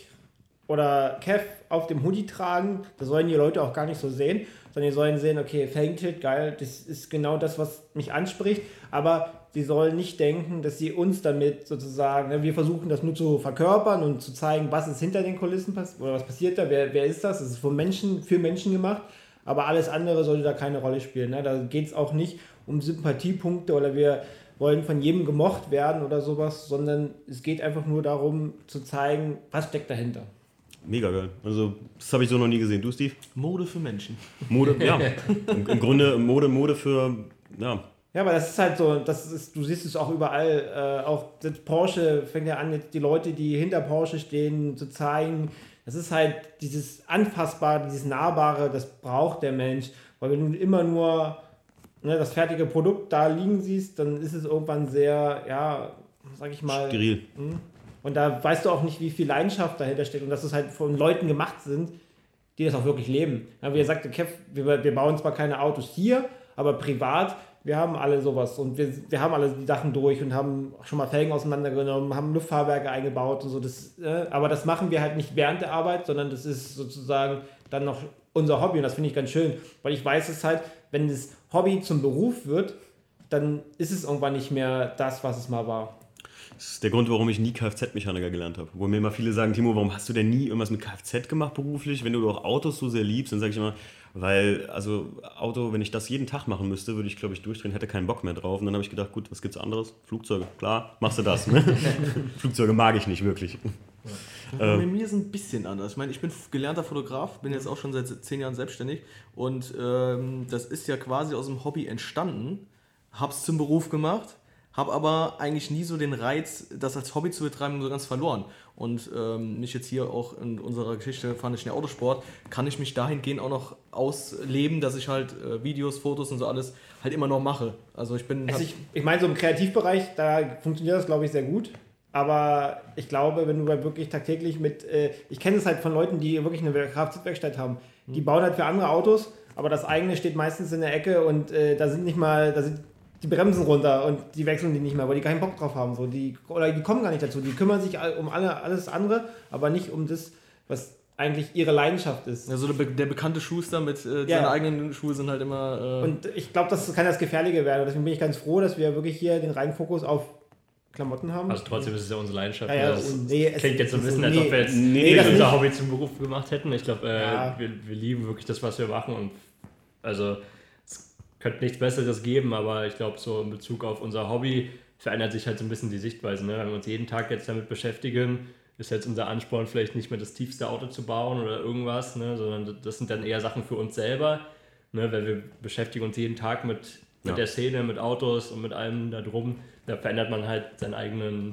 oder Kev auf dem Hoodie tragen, das sollen die Leute auch gar nicht so sehen, sondern die sollen sehen, okay, Fangkit, geil, das ist genau das, was mich anspricht, aber sie sollen nicht denken, dass sie uns damit sozusagen, wir versuchen das nur zu verkörpern und zu zeigen, was ist hinter den Kulissen passiert, oder was passiert da, wer, wer ist das, das ist von Menschen, für Menschen gemacht, aber alles andere sollte da keine Rolle spielen, ne? Da geht es auch nicht um Sympathiepunkte oder wir wollen von jedem gemocht werden oder sowas, sondern es geht einfach nur darum zu zeigen, was steckt dahinter. Mega geil. Also, das habe ich so noch nie gesehen. Du, Steve? Mode für Menschen. Mode, ja. Im, Im Grunde Mode, Mode für, ja. Ja, aber das ist halt so, das ist, du siehst es auch überall, äh, auch Porsche fängt ja an, jetzt die Leute, die hinter Porsche stehen, zu zeigen. Das ist halt dieses Anfassbare, dieses Nahbare, das braucht der Mensch. Weil wenn du immer nur ne, das fertige Produkt da liegen siehst, dann ist es irgendwann sehr, ja, sag ich mal... steril. Mh, und da weißt du auch nicht, wie viel Leidenschaft dahinter steckt und dass es halt von Leuten gemacht sind, die das auch wirklich leben. Ja, wie er sagte, Kev, wir, wir bauen zwar keine Autos hier, aber privat, wir haben alle sowas und wir, wir haben alle die Sachen durch und haben schon mal Felgen auseinandergenommen, haben Luftfahrwerke eingebaut und so. Das, äh, aber das machen wir halt nicht während der Arbeit, sondern das ist sozusagen dann noch unser Hobby und das finde ich ganz schön, weil ich weiß es halt, wenn das Hobby zum Beruf wird, dann ist es irgendwann nicht mehr das, was es mal war. Das ist der Grund, warum ich nie Kfz-Mechaniker gelernt habe. Wo mir immer viele sagen, Timo, warum hast du denn nie irgendwas mit Kfz gemacht beruflich, wenn du doch Autos so sehr liebst? Dann sage ich immer, weil, also Auto, wenn ich das jeden Tag machen müsste, würde ich, glaube ich, durchdrehen, hätte keinen Bock mehr drauf. Und dann habe ich gedacht, gut, was gibt's anderes? Flugzeuge, klar, machst du das. Ne? Flugzeuge mag ich nicht wirklich. Ja. Bei mir ist es ein bisschen anders. Ich meine, ich bin gelernter Fotograf, bin jetzt auch schon seit zehn Jahren selbstständig und ähm, das ist ja quasi aus dem Hobby entstanden, hab's zum Beruf gemacht, habe aber eigentlich nie so den Reiz, das als Hobby zu betreiben, so ganz verloren. Und ähm, mich jetzt hier auch in unserer Geschichte fand ich den Autosport, kann ich mich dahingehend auch noch ausleben, dass ich halt äh, Videos, Fotos und so alles halt immer noch mache. Also ich bin... Also ich, ich meine, so im Kreativbereich, da funktioniert das, glaube ich, sehr gut. Aber ich glaube, wenn du halt wirklich tagtäglich mit... Äh, ich kenne es halt von Leuten, die wirklich eine Kfz-Werkstatt haben. Die bauen halt für andere Autos, aber das eigene steht meistens in der Ecke und äh, da sind nicht mal... Da sind die Bremsen runter und die wechseln die nicht mehr, weil die keinen Bock drauf haben. So. Die, oder die kommen gar nicht dazu. Die kümmern sich um alle, alles andere, aber nicht um das, was eigentlich ihre Leidenschaft ist. Also der, der bekannte Schuster mit äh, ja. seinen eigenen Schuhe sind halt immer... Äh und ich glaube, das kann das Gefährliche werden. Deswegen bin ich ganz froh, dass wir wirklich hier den reinen Fokus auf Klamotten haben. Also trotzdem ist es ja unsere Leidenschaft. Ja, ja, das nee, klingt jetzt so ein bisschen, nee, als ob wir jetzt nee, nee, unser nicht. Hobby zum Beruf gemacht hätten. Ich glaube, äh, ja. wir, wir lieben wirklich das, was wir machen. Und also es könnte nichts Besseres geben, aber ich glaube, so in Bezug auf unser Hobby verändert sich halt so ein bisschen die Sichtweise. Ne? Wenn wir uns jeden Tag jetzt damit beschäftigen, ist jetzt unser Ansporn vielleicht nicht mehr das tiefste Auto zu bauen oder irgendwas, ne? Sondern das sind dann eher Sachen für uns selber, ne? Weil wir beschäftigen uns jeden Tag mit, mit ja. der Szene, mit Autos und mit allem da drum. Da verändert man halt seinen eigenen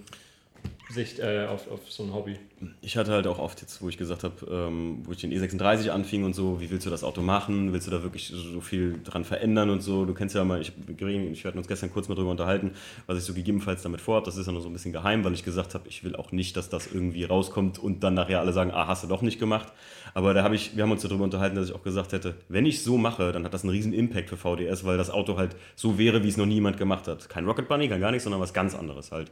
Sicht äh, auf, auf so ein Hobby. Ich hatte halt auch oft jetzt, wo ich gesagt habe, ähm, wo ich den E sechsunddreißig anfing und so, wie willst du das Auto machen? Willst du da wirklich so viel dran verändern und so? Du kennst ja mal, ich, ich hatten uns gestern kurz mal drüber unterhalten, was ich so gegebenenfalls damit vorhabe. Das ist ja noch so ein bisschen geheim, weil ich gesagt habe, ich will auch nicht, dass das irgendwie rauskommt und dann nachher alle sagen, ah, hast du doch nicht gemacht. Aber da habe ich, wir haben uns darüber unterhalten, dass ich auch gesagt hätte, wenn ich so mache, dann hat das einen riesen Impact für V D S, weil das Auto halt so wäre, wie es noch niemand gemacht hat. Kein Rocket Bunny, kein gar nichts, sondern was ganz anderes halt.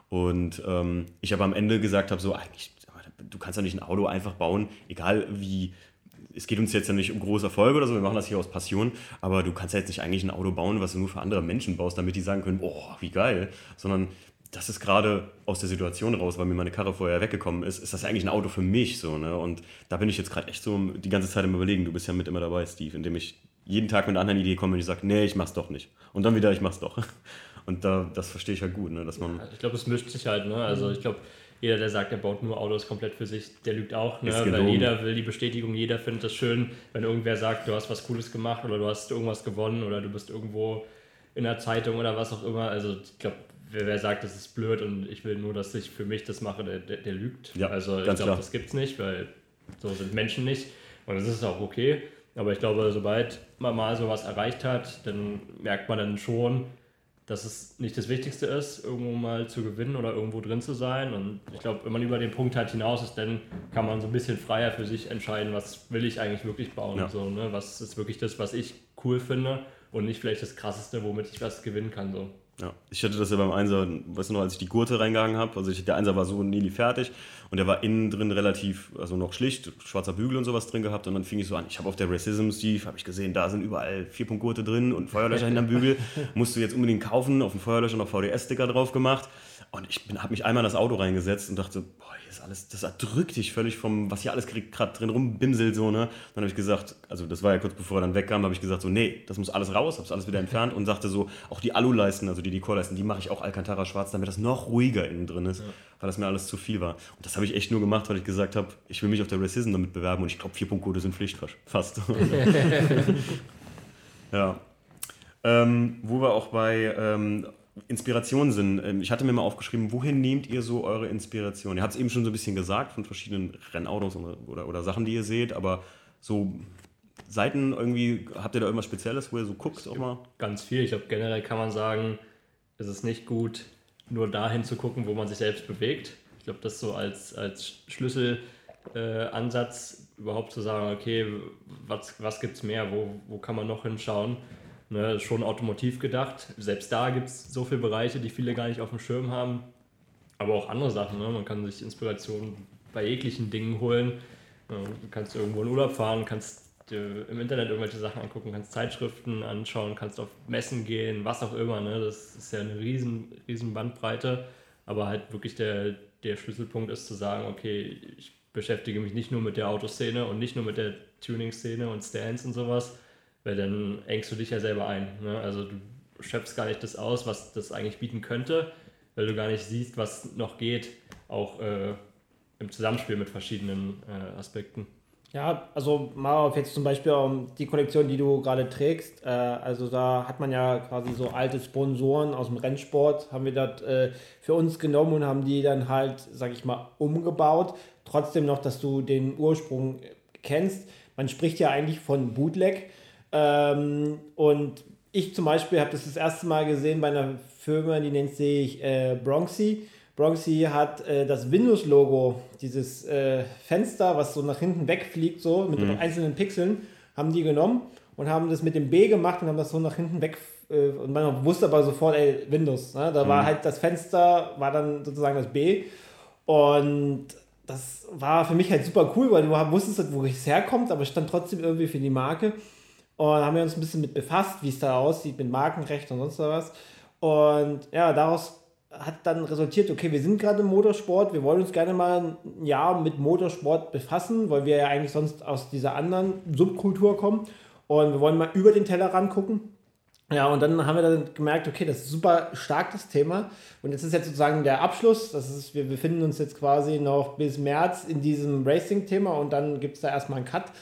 Und ähm, ich aber am Ende gesagt habe, so eigentlich, du kannst ja nicht ein Auto einfach bauen, egal wie, es geht uns jetzt ja nicht um große Erfolge oder so, wir machen das hier aus Passion, aber du kannst ja jetzt nicht eigentlich ein Auto bauen, was du nur für andere Menschen baust, damit die sagen können, oh, wie geil, sondern das ist gerade aus der Situation raus, weil mir meine Karre vorher weggekommen ist, ist das eigentlich ein Auto für mich so, ne? Und da bin ich jetzt gerade echt so die ganze Zeit im Überlegen, du bist ja mit immer dabei, Steve, indem ich jeden Tag mit einer anderen Idee komme und ich sage, nee, ich mach's doch nicht. Und dann wieder, ich mach's doch. Und da, das verstehe ich halt gut, ne? Dass man... Ja, ich glaube, es mischt sich halt, ne? Also ich glaube, jeder, der sagt, er baut nur Autos komplett für sich, der lügt auch, ne? Weil jeder will die Bestätigung, jeder findet es schön, wenn irgendwer sagt, du hast was Cooles gemacht oder du hast irgendwas gewonnen oder du bist irgendwo in der Zeitung oder was auch immer. Also ich glaube, wer, wer sagt, das ist blöd und ich will nur, dass ich für mich das mache, der, der, der lügt. Ja, also ich glaube, das gibt's nicht, weil so sind Menschen nicht und das ist auch okay. Aber ich glaube, sobald man mal sowas erreicht hat, dann merkt man dann schon, dass es nicht das Wichtigste ist, irgendwo mal zu gewinnen oder irgendwo drin zu sein. Und ich glaube, wenn man über den Punkt halt hinaus ist, dann kann man so ein bisschen freier für sich entscheiden, was will ich eigentlich wirklich bauen. Ja. So, ne? Was ist wirklich das, was ich cool finde und nicht vielleicht das Krasseste, womit ich was gewinnen kann. So. Ja, ich hatte das ja beim Einser, weißt du noch, als ich die Gurte reingegangen habe, also ich, der Einser war so nearly fertig und der war innen drin relativ, also noch schlicht, schwarzer Bügel und sowas drin gehabt und dann fing ich so an, ich habe auf der Racism Steve, habe ich gesehen, da sind überall vier Punkt Gurte drin und Feuerlöscher hinterm Bügel, musst du jetzt unbedingt kaufen, auf dem Feuerlöscher noch V D S-Sticker drauf gemacht und ich habe mich einmal in das Auto reingesetzt und dachte, boah, hier ist alles, das erdrückt dich völlig vom, was hier alles gerade drin rumbimselt, so, ne, dann habe ich gesagt, also das war ja kurz bevor er dann wegkam, habe ich gesagt so, nee, das muss alles raus, habe es alles wieder entfernt und sagte so, auch die Aluleisten, also die Dekorleisten, die mache ich auch Alcantara schwarz, damit das noch ruhiger innen drin ist, ja. Weil das mir alles zu viel war. Und das habe ich echt nur gemacht, weil ich gesagt habe, ich will mich auf der Racism damit bewerben und ich glaube, vier Punkt Code sind Pflicht, fast. Ja. Ähm, wo wir auch bei ähm, Inspiration sind. Ähm, ich hatte mir mal aufgeschrieben, wohin nehmt ihr so eure Inspiration? Ihr habt es eben schon so ein bisschen gesagt, von verschiedenen Rennautos oder, oder, oder Sachen, die ihr seht, aber so Seiten irgendwie, habt ihr da irgendwas Spezielles, wo ihr so guckt auch mal? Ganz viel. Ich glaube, generell kann man sagen, es ist nicht gut, nur dahin zu gucken, wo man sich selbst bewegt. Ich glaube, das so als, als Schlüsselansatz äh, überhaupt zu sagen, okay, was, was gibt es mehr, wo, wo kann man noch hinschauen? Ne, schon automotiv gedacht. Selbst da gibt es so viele Bereiche, die viele gar nicht auf dem Schirm haben. Aber auch andere Sachen. Ne? Man kann sich Inspiration bei jeglichen Dingen holen. Du kannst irgendwo in Urlaub fahren, kannst im Internet irgendwelche Sachen angucken, kannst Zeitschriften anschauen, kannst auf Messen gehen, was auch immer. Ne? Das ist ja eine riesen, riesen Bandbreite, aber halt wirklich der, der Schlüsselpunkt ist zu sagen, okay, ich beschäftige mich nicht nur mit der Autoszene und nicht nur mit der Tuning-Szene und Stands und sowas, weil dann engst du dich ja selber ein. Ne? Also du schöpfst gar nicht das aus, was das eigentlich bieten könnte, weil du gar nicht siehst, was noch geht, auch äh, im Zusammenspiel mit verschiedenen äh, Aspekten. Ja, also mal auf jetzt zum Beispiel um die Kollektion, die du gerade trägst, äh, also da hat man ja quasi so alte Sponsoren aus dem Rennsport, haben wir das äh, für uns genommen und haben die dann halt, sag ich mal, umgebaut. Trotzdem noch, dass du den Ursprung kennst. Man spricht ja eigentlich von Bootleg. Ähm, und ich zum Beispiel habe das das erste Mal gesehen bei einer Firma, die nennt sich äh, Bronxy. Bronxy hat äh, das Windows-Logo, dieses äh, Fenster, was so nach hinten wegfliegt, so mit mhm. einzelnen Pixeln, haben die genommen und haben das mit dem B gemacht und haben das so nach hinten weg. Äh, und man wusste aber sofort, ey, Windows. Ne? Da mhm. war halt das Fenster, war dann sozusagen das B. Und das war für mich halt super cool, weil du wusstest, wo es herkommt, aber stand trotzdem irgendwie für die Marke. Und haben wir uns ein bisschen mit befasst, wie es da aussieht mit Markenrecht und sonst was. Und ja, daraus hat dann resultiert, okay, wir sind gerade im Motorsport, wir wollen uns gerne mal ein Jahr mit Motorsport befassen, weil wir ja eigentlich sonst aus dieser anderen Subkultur kommen und wir wollen mal über den Tellerrand gucken. Ja, und dann haben wir dann gemerkt, okay, das ist super stark, das Thema. Und jetzt ist jetzt sozusagen der Abschluss, das ist, wir befinden uns jetzt quasi noch bis März in diesem Racing-Thema und dann gibt es da erstmal einen Cut.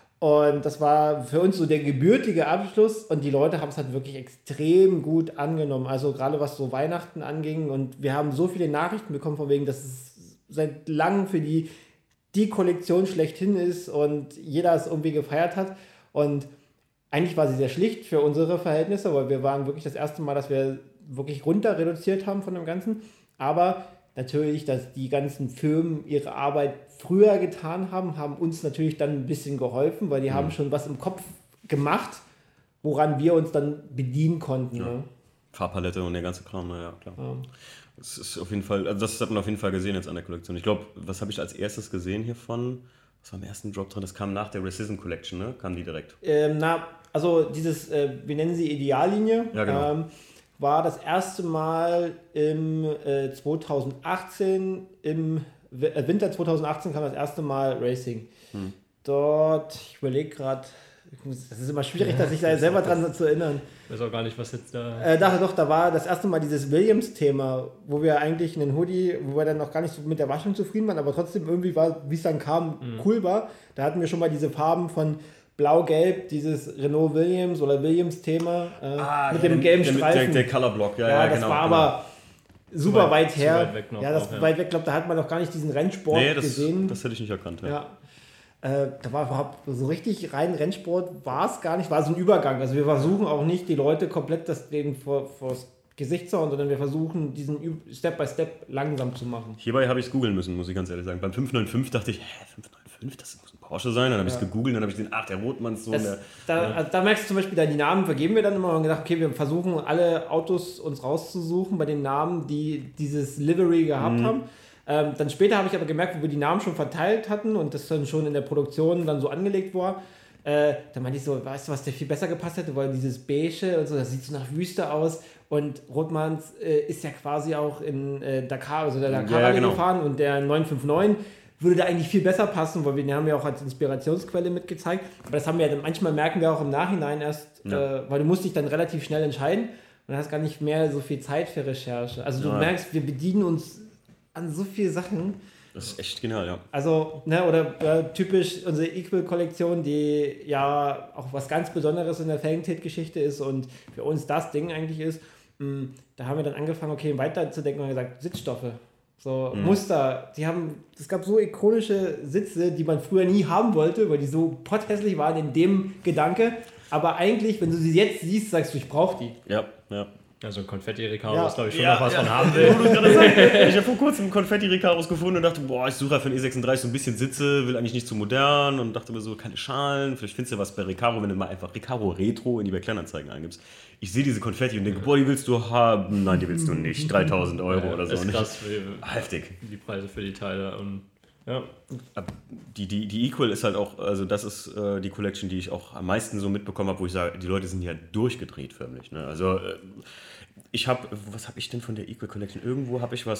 Und das war für uns so der gebürtige Abschluss und die Leute haben es halt wirklich extrem gut angenommen. Also gerade was so Weihnachten anging und wir haben so viele Nachrichten bekommen von wegen, dass es seit langem für die die Kollektion schlechthin ist und jeder es irgendwie gefeiert hat. Und eigentlich war sie sehr schlicht für unsere Verhältnisse, weil wir waren wirklich das erste Mal, dass wir wirklich runter reduziert haben von dem Ganzen. Aber natürlich, dass die ganzen Firmen ihre Arbeit früher getan haben, haben uns natürlich dann ein bisschen geholfen, weil die mhm. haben schon was im Kopf gemacht, woran wir uns dann bedienen konnten. Ja. Ne? Farbpalette und der ganze Kram, naja, klar. Ja. Das ist auf jeden Fall, also das hat man auf jeden Fall gesehen jetzt an der Kollektion. Ich glaube, was habe ich als erstes gesehen hiervon? Was war im ersten Drop drin? Das kam nach der Racism Collection, ne? Kam die direkt? Ähm, na, also dieses, äh, wir nennen sie Ideallinie. Ja, genau. Ähm, war das erste Mal im äh, zweitausendachtzehn, im w- äh, Winter zweitausendachtzehn kam das erste Mal Racing. Hm. Dort, ich überlege gerade, das ist immer schwierig, ja, sich da selber dran zu erinnern. Ich weiß auch gar nicht, was jetzt da... Äh, dachte doch, da war das erste Mal dieses Williams-Thema, wo wir eigentlich einen Hoodie, wo wir dann noch gar nicht so mit der Waschung zufrieden waren, aber trotzdem irgendwie war, wie es dann kam, mhm. cool war. Da hatten wir schon mal diese Farben von Blau-Gelb, dieses Renault Williams oder Williams-Thema äh, ah, mit ja, dem gelben der, Streifen. Der, der Colorblock, ja, ja, ja, das genau. war genau. aber super weit, weit her. Weit weg noch ja, das auch, ja. weit weg, glaube da hat man noch gar nicht diesen Rennsport nee, das, gesehen. das hätte ich nicht erkannt. Ja. ja. Äh, da war überhaupt so richtig rein Rennsport war es gar nicht, war so ein Übergang. Also wir versuchen auch nicht, die Leute komplett das denen vor, vors Gesicht zu hauen, sondern wir versuchen, diesen Step by Step langsam zu machen. Hierbei habe ich es googeln müssen, muss ich ganz ehrlich sagen. Beim fünf neun fünf dachte ich, hä, fünf neun fünf, das muss ein Porsche sein. Dann habe ich es ja. gegoogelt, dann habe ich gesehen, ach, der Rotmanns Sohn. Das, der, da, ja. also da merkst du zum Beispiel, da die Namen vergeben wir dann immer und gedacht, okay, wir versuchen alle Autos uns rauszusuchen bei den Namen, die dieses Livery gehabt mhm. haben. Ähm, dann später habe ich aber gemerkt, wo wir die Namen schon verteilt hatten und das dann schon in der Produktion dann so angelegt war. Äh, da meinte ich so, weißt du, was der viel besser gepasst hätte, weil dieses Beige und so, das sieht so nach Wüste aus und Rothmans äh, ist ja quasi auch in äh, Dakar, also der Dakar ja, genau. gefahren und der neun fünf neun würde da eigentlich viel besser passen, weil wir den haben ja auch als Inspirationsquelle mitgezeigt, aber das haben wir ja dann, manchmal merken wir auch im Nachhinein erst, ja. äh, weil du musst dich dann relativ schnell entscheiden und hast gar nicht mehr so viel Zeit für Recherche. Also du ja. merkst, wir bedienen uns an so viele Sachen. Das ist echt genial, ja. Also, ne, oder äh, typisch unsere Equal-Kollektion, die ja auch was ganz Besonderes in der Felgentilt-Geschichte ist und für uns das Ding eigentlich ist, mh, da haben wir dann angefangen, okay, weiterzudenken und gesagt, Sitzstoffe, so mhm. Muster, die haben, es gab so ikonische Sitze, die man früher nie haben wollte, weil die so potthässlich waren in dem Gedanke, aber eigentlich, wenn du sie jetzt siehst, sagst du, ich brauche die. Ja, ja. Also Konfetti-Recaro ja. ist, glaube ich, schon ja, noch was ja. von haben will. Ich habe vor kurzem Konfetti-Recaros gefunden und dachte, boah, ich suche für einen E sechsunddreißig so ein bisschen Sitze, will eigentlich nicht zu modern und dachte mir so, keine Schalen, vielleicht findest du was bei Recaro, wenn du mal einfach Recaro Retro in die bei Kleinanzeigen eingibst. Ich sehe diese Konfetti und denke, boah, die willst du haben. Nein, die willst du nicht. dreitausend Euro ja, oder so. Ist krass für die, heftig. Die Preise für die Teile und ja. Die, die, die Equal ist halt auch, also das ist äh, die Collection, die ich auch am meisten so mitbekommen habe, wo ich sage, die Leute sind ja durchgedreht förmlich. Ne? Also äh, ich habe, was habe ich denn von der Equal Collection? Irgendwo habe ich was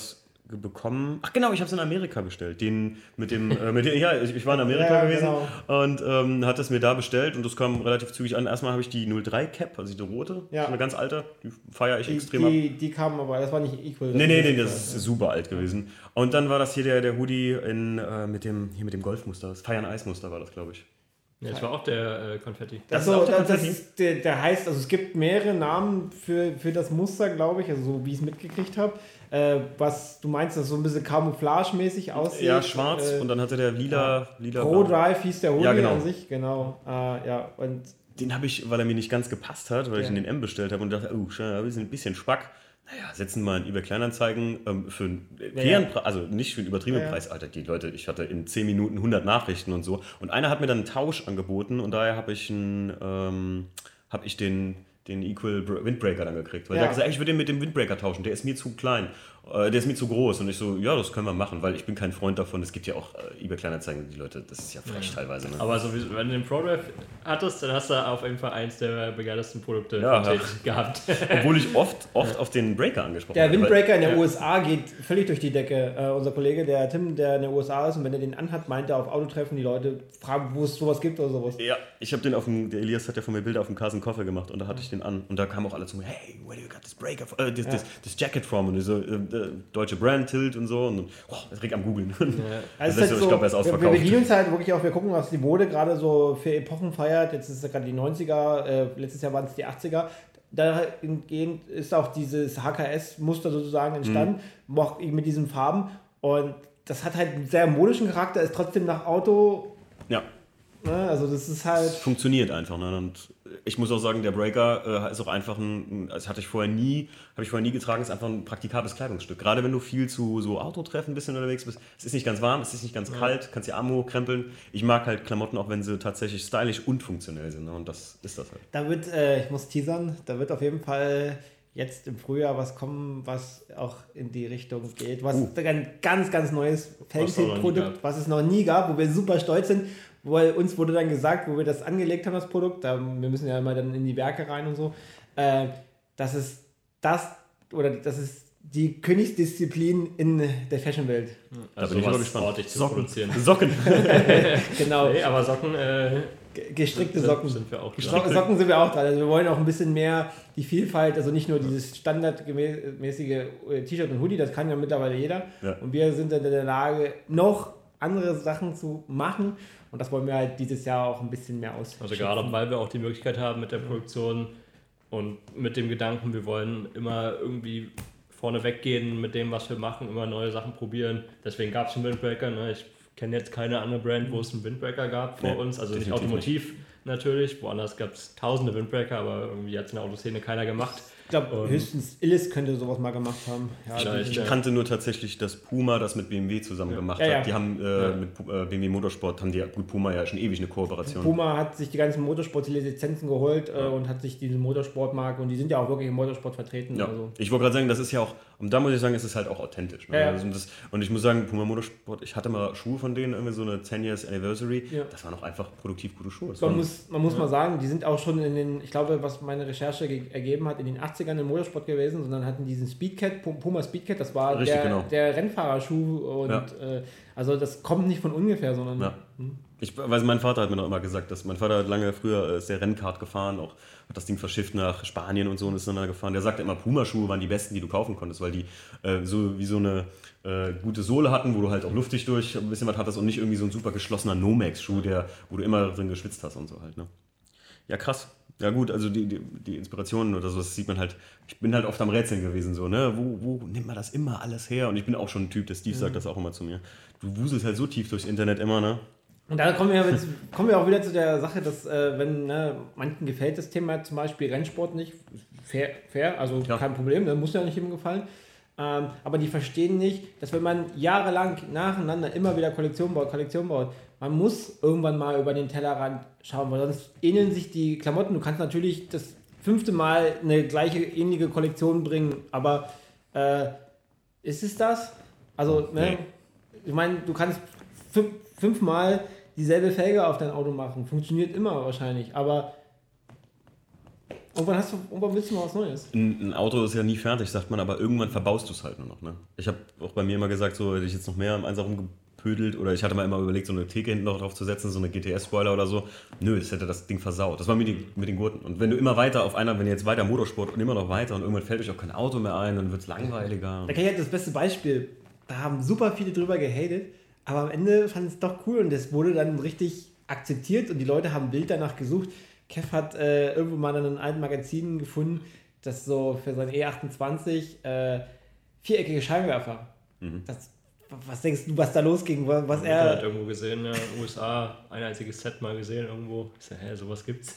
bekommen. Ach genau, ich habe es in Amerika bestellt. Den mit dem, äh, mit dem ja, ich, ich war in Amerika ja, gewesen genau. und ähm, hat es mir da bestellt und das kam relativ zügig an. Erstmal habe ich die null drei Cap, also die rote, ja. eine ganz alte, die feiere ich die, extrem die, ab. Die kam aber, das war nicht Equal. Nee, nee, nee, das ist super alt gewesen. Und dann war das hier der, der Hoodie in, äh, mit, dem, hier mit dem Golfmuster, das Fire-and-Ice-Muster war das, glaube ich. Ja, das war auch der äh, Konfetti. Das, das, ist auch der, Konfetti? Das ist der, der heißt, also es gibt mehrere Namen für, für das Muster, glaube ich, also so wie ich es mitgekriegt habe. Äh, was du meinst, dass so ein bisschen Camouflage-mäßig aussieht. Ja, schwarz äh, und dann hatte der lila... Ja. lila Pro Drive hieß der Hoodie ja, genau. an sich, genau. Äh, ja, und den habe ich, weil er mir nicht ganz gepasst hat, weil ja. ich in den M bestellt habe und dachte, oh, ein bisschen, ein bisschen Spack. Naja, setzen wir mal in eBay Kleinanzeigen ähm, für einen fairen Preis, also nicht für einen übertriebenen ja, ja. Preis. Alter, die Leute, ich hatte in zehn Minuten hundert Nachrichten und so. Und einer hat mir dann einen Tausch angeboten und daher habe ich, einen, ähm, hab ich den, den Equal Windbreaker dann gekriegt. Weil ja. der hat gesagt, ich würde den mit dem Windbreaker tauschen, der ist mir zu klein. Äh, der ist mir zu groß. Und ich so, ja, das können wir machen, weil ich bin kein Freund davon. Es gibt ja auch äh, eBay Kleinanzeigen, die Leute, das ist ja frech ja. teilweise. Ne? Aber sowieso, wenn du den Pro Drive hattest, dann hast du auf jeden Fall eins der begeistersten Produkte ja, von ja. gehabt. Obwohl ich oft, oft auf den Breaker angesprochen habe. Der Windbreaker weil, in der ja. U S A geht völlig durch die Decke. Uh, unser Kollege, der Tim, der in der U S A ist, und wenn er den anhat, meint er auf Autotreffen, die Leute fragen, wo es sowas gibt oder sowas. Ja, ich habe den auf dem, der Elias hat ja von mir Bilder auf dem Carson Koffer gemacht und da hatte ich den an. Und da kamen auch alle zu mir, hey, where do you got this Breaker, äh, this, ja. this, this Jacket from? Und so, äh, deutsche Brand, Tilt und so. Und oh, das regt am Googeln. Ja. Also also so, ich glaube, er ist ausverkauft. Wir, wir bedienen uns halt wirklich auch, wir gucken, was die Mode gerade so für Epochen feiert. Jetzt ist es gerade die neunziger, äh, letztes Jahr waren es die achtziger. Dahingehend ist auch dieses H K S-Muster sozusagen entstanden, mhm. mit diesen Farben. Und das hat halt einen sehr modischen Charakter, ist trotzdem nach Auto. Ja. Ne, also das ist halt. Es funktioniert einfach. Ne? Und ich muss auch sagen, der Breaker äh, ist auch einfach ein, das hatte ich vorher nie, habe ich vorher nie getragen, ist einfach ein praktikables Kleidungsstück. Gerade wenn du viel zu so Autotreffen ein bisschen unterwegs bist. Es ist nicht ganz warm, es ist nicht ganz ja. kalt, kannst die Arme hochkrempeln. Ich mag halt Klamotten, auch wenn sie tatsächlich stylisch und funktionell sind. Ne? Und das ist das halt. Da wird, äh, ich muss teasern, da wird auf jeden Fall jetzt im Frühjahr was kommen, was auch in die Richtung geht. Was uh. ein ganz, ganz neues Fantasy-Produkt, was es noch nie gab, wo wir super stolz sind. Weil uns wurde dann gesagt, wo wir das angelegt haben, das Produkt, da, wir müssen ja immer dann in die Werke rein und so, äh, dass es das, oder das ist die Königsdisziplin in der Fashionwelt. Also da bin ich mal gespannt. Zu Socken. Produzieren. Socken. Genau. Nee, aber Socken, äh, gestrickte Socken. Sind wir auch dran. Socken sind wir auch dran. Also wir wollen auch ein bisschen mehr die Vielfalt, also nicht nur dieses standardmäßige T-Shirt und Hoodie, das kann ja mittlerweile jeder. Ja. Und wir sind dann in der Lage, noch andere Sachen zu machen. Und das wollen wir halt dieses Jahr auch ein bisschen mehr aus. Also gerade weil wir auch die Möglichkeit haben mit der Produktion und mit dem Gedanken, wir wollen immer irgendwie vorne weggehen mit dem, was wir machen, immer neue Sachen probieren. Deswegen gab es einen Windbreaker. Ne? Ich kenne jetzt keine andere Brand, wo es einen Windbreaker gab vor nee, uns. Also nicht automotiv nicht. Natürlich. Woanders gab es tausende Windbreaker, aber irgendwie hat es in der Autoszene keiner gemacht. Ich glaube, um, höchstens Illis könnte sowas mal gemacht haben. Ja, ich, ich kannte nur tatsächlich, dass Puma das mit B M W zusammen ja. gemacht ja, ja. hat. Die haben äh, ja. mit äh, B M W Motorsport, haben die gut Puma ja schon ewig eine Kooperation. Puma hat sich die ganzen Motorsport-Lizenzen geholt äh, und hat sich diese Motorsportmarke, und die sind ja auch wirklich im Motorsport vertreten. Ja. Also. Ich wollte gerade sagen, das ist ja auch, und da muss ich sagen, es ist halt auch authentisch. Ne? Ja. Also das, und ich muss sagen, Puma Motorsport, ich hatte mal Schuhe von denen, irgendwie so eine zehn Years Anniversary, ja. das waren auch einfach produktiv gute Schuhe. Das man waren, muss, man muss ja. mal sagen, die sind auch schon in den, ich glaube, was meine Recherche ge- ergeben hat, in den achtzigern im Motorsport gewesen, sondern hatten diesen Speedcat, Puma Speedcat, das war Richtig, der, genau. der Rennfahrerschuh und ja. äh, also das kommt nicht von ungefähr, sondern... Ja. Hm. Ich weiß, mein Vater hat mir noch immer gesagt, dass mein Vater hat lange früher ist der Rennkart gefahren, auch hat das Ding verschifft nach Spanien und so und ist dann da gefahren. Der sagte immer, Puma-Schuhe waren die besten, die du kaufen konntest, weil die äh, so wie so eine äh, gute Sohle hatten, wo du halt auch luftig durch ein bisschen was hattest und nicht irgendwie so ein super geschlossener Nomex-Schuh, der, wo du immer drin geschwitzt hast und so halt. Ne? Ja, krass. Ja gut, also die, die, die Inspirationen oder so, das sieht man halt, ich bin halt oft am Rätseln gewesen, so, ne, wo, wo nimmt man das immer alles her? Und ich bin auch schon ein Typ, der Steve mhm. sagt das auch immer zu mir. Du wuselst halt so tief durchs Internet immer, ne? Und da kommen wir, jetzt, kommen wir auch wieder zu der Sache, dass äh, wenn ne, manchen gefällt das Thema zum Beispiel Rennsport nicht, fair, fair also ja. kein Problem, das muss ja nicht jedem gefallen. Ähm, aber die verstehen nicht, dass wenn man jahrelang nacheinander immer wieder Kollektion baut, Kollektion baut, man muss irgendwann mal über den Tellerrand schauen, weil sonst ähneln sich die Klamotten. Du kannst natürlich das fünfte Mal eine gleiche, ähnliche Kollektion bringen, aber äh, ist es das? Also, ne, nee. Ich meine, du kannst fünf, fünfmal dieselbe Felge auf dein Auto machen, funktioniert immer wahrscheinlich, aber Irgendwann, hast du, irgendwann willst du mal was Neues. Ein, ein Auto ist ja nie fertig, sagt man, aber irgendwann verbaust du es halt nur noch. Ne? Ich habe auch bei mir immer gesagt, so hätte ich jetzt noch mehr am Einsatz rumgepödelt oder ich hatte mal immer überlegt, so eine Theke hinten noch drauf zu setzen, so eine G T S-Spoiler oder so. Nö, das hätte das Ding versaut. Das war mit, die, mit den Gurten. Und wenn du immer weiter auf einer, wenn ihr jetzt weiter Motorsport und immer noch weiter und irgendwann fällt euch auch kein Auto mehr ein, dann wird es langweiliger. Da kann ich halt das beste Beispiel, da haben super viele drüber gehatet, aber am Ende fanden es doch cool und das wurde dann richtig akzeptiert und die Leute haben wild danach gesucht. Kev hat äh, irgendwo mal in einem alten Magazin gefunden, dass so für seinen E achtundzwanzig äh, viereckige Scheinwerfer. Mhm. Das, was denkst du, was da losging? Was ich er hat irgendwo gesehen, ja, U S A, ein einziges Set mal gesehen irgendwo. Ich sag, hä, sowas gibt's.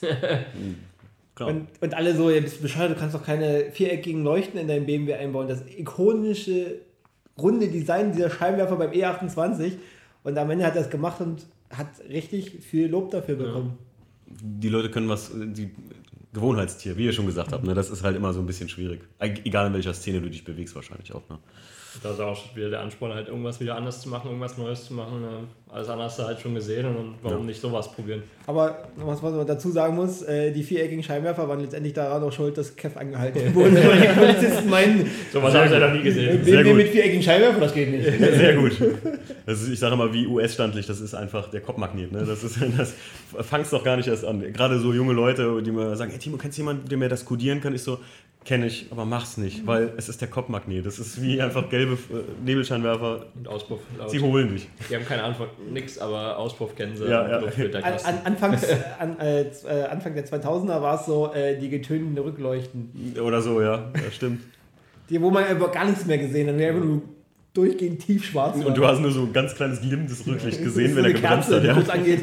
Klar. Und, und alle so, ja, bist du bescheuert, du kannst doch keine viereckigen Leuchten in deinem B M W einbauen. Das ikonische, runde Design dieser Scheinwerfer beim E achtundzwanzig. Und am Ende hat er es gemacht und hat richtig viel Lob dafür bekommen. Ja. Die Leute können was, die Gewohnheitstier, wie ihr schon gesagt habt, ne? Das ist halt immer so ein bisschen schwierig. Egal in welcher Szene du dich bewegst, wahrscheinlich auch. Ne? Da ist auch wieder der Ansporn, halt irgendwas wieder anders zu machen, irgendwas Neues zu machen. Ne? Alles andere hast du halt schon gesehen und warum ja. nicht sowas probieren. Aber was man dazu sagen muss, äh, die viereckigen Scheinwerfer waren letztendlich daran auch schuld, dass Kev angehalten wurde. Weil die Polizisten meinen, so was habe ich ja noch nie gesehen. Sehr gut. Mit viereckigen Scheinwerfern, das geht nicht. Sehr gut. Das ist, ich sage immer wie U S-standlich, das ist einfach der Kopfmagnet. Ne? Das ist, das fangst doch gar nicht erst an. Gerade so junge Leute, die mir sagen, hey Timo, kennst du jemanden, der mir das kodieren kann? Ich so, kenne ich, aber mach's nicht, weil es ist der Kopfmagnet. Das ist wie einfach gelbe äh, Nebelscheinwerfer. Und Auspuff. Laut. Sie holen dich. Die haben keine Antwort, nix, aber Auspuff kennen sie. Ja, ja. An, an, Anfangs, an, äh, Anfang der zweitausender war es so, äh, die getönenden Rückleuchten. Oder so, ja, das stimmt. Die, wo man einfach gar nichts mehr gesehen hat, einfach nur durchgehend tiefschwarz. Und war. Du hast nur so ein ganz kleines glimmendes Rücklicht gesehen, wenn er gebremst hat. Ja. Kurz angeht.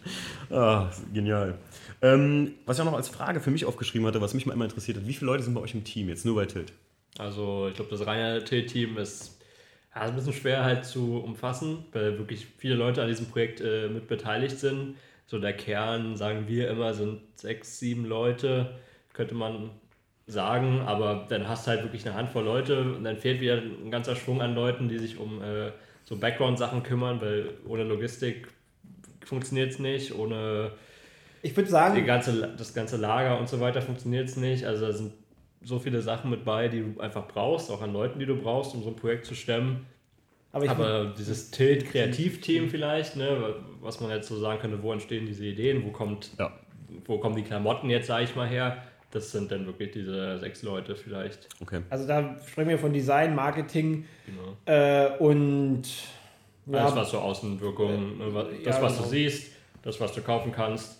Ah, genial. Ähm, was ich auch noch als Frage für mich aufgeschrieben hatte, was mich mal immer interessiert hat, wie viele Leute sind bei euch im Team jetzt, nur bei Tilt? Also ich glaube, das reine Tilt-Team ist, ja, ist ein bisschen schwer halt zu umfassen, weil wirklich viele Leute an diesem Projekt äh, mit beteiligt sind. So der Kern, sagen wir immer, sind sechs, sieben Leute, könnte man sagen, aber dann hast du halt wirklich eine Handvoll Leute und dann fehlt wieder ein ganzer Schwung an Leuten, die sich um äh, so Background-Sachen kümmern, weil ohne Logistik funktioniert es nicht, ohne... Ich würde sagen, die ganze, das ganze Lager und so weiter funktioniert es nicht. Also da sind so viele Sachen mit bei, die du einfach brauchst, auch an Leuten, die du brauchst, um so ein Projekt zu stemmen. Aber, ich Aber dieses Tilt-Kreativteam vielleicht, ne, was man jetzt so sagen könnte, wo entstehen diese Ideen, wo kommt, ja. wo kommen die Klamotten jetzt, sage ich mal, her, das sind dann wirklich diese sechs Leute vielleicht. Okay. Also da sprechen wir von Design, Marketing genau. äh, und... Ja, alles, was so Außenwirkungen, äh, das, ja, was genau. du siehst, das, was du kaufen kannst,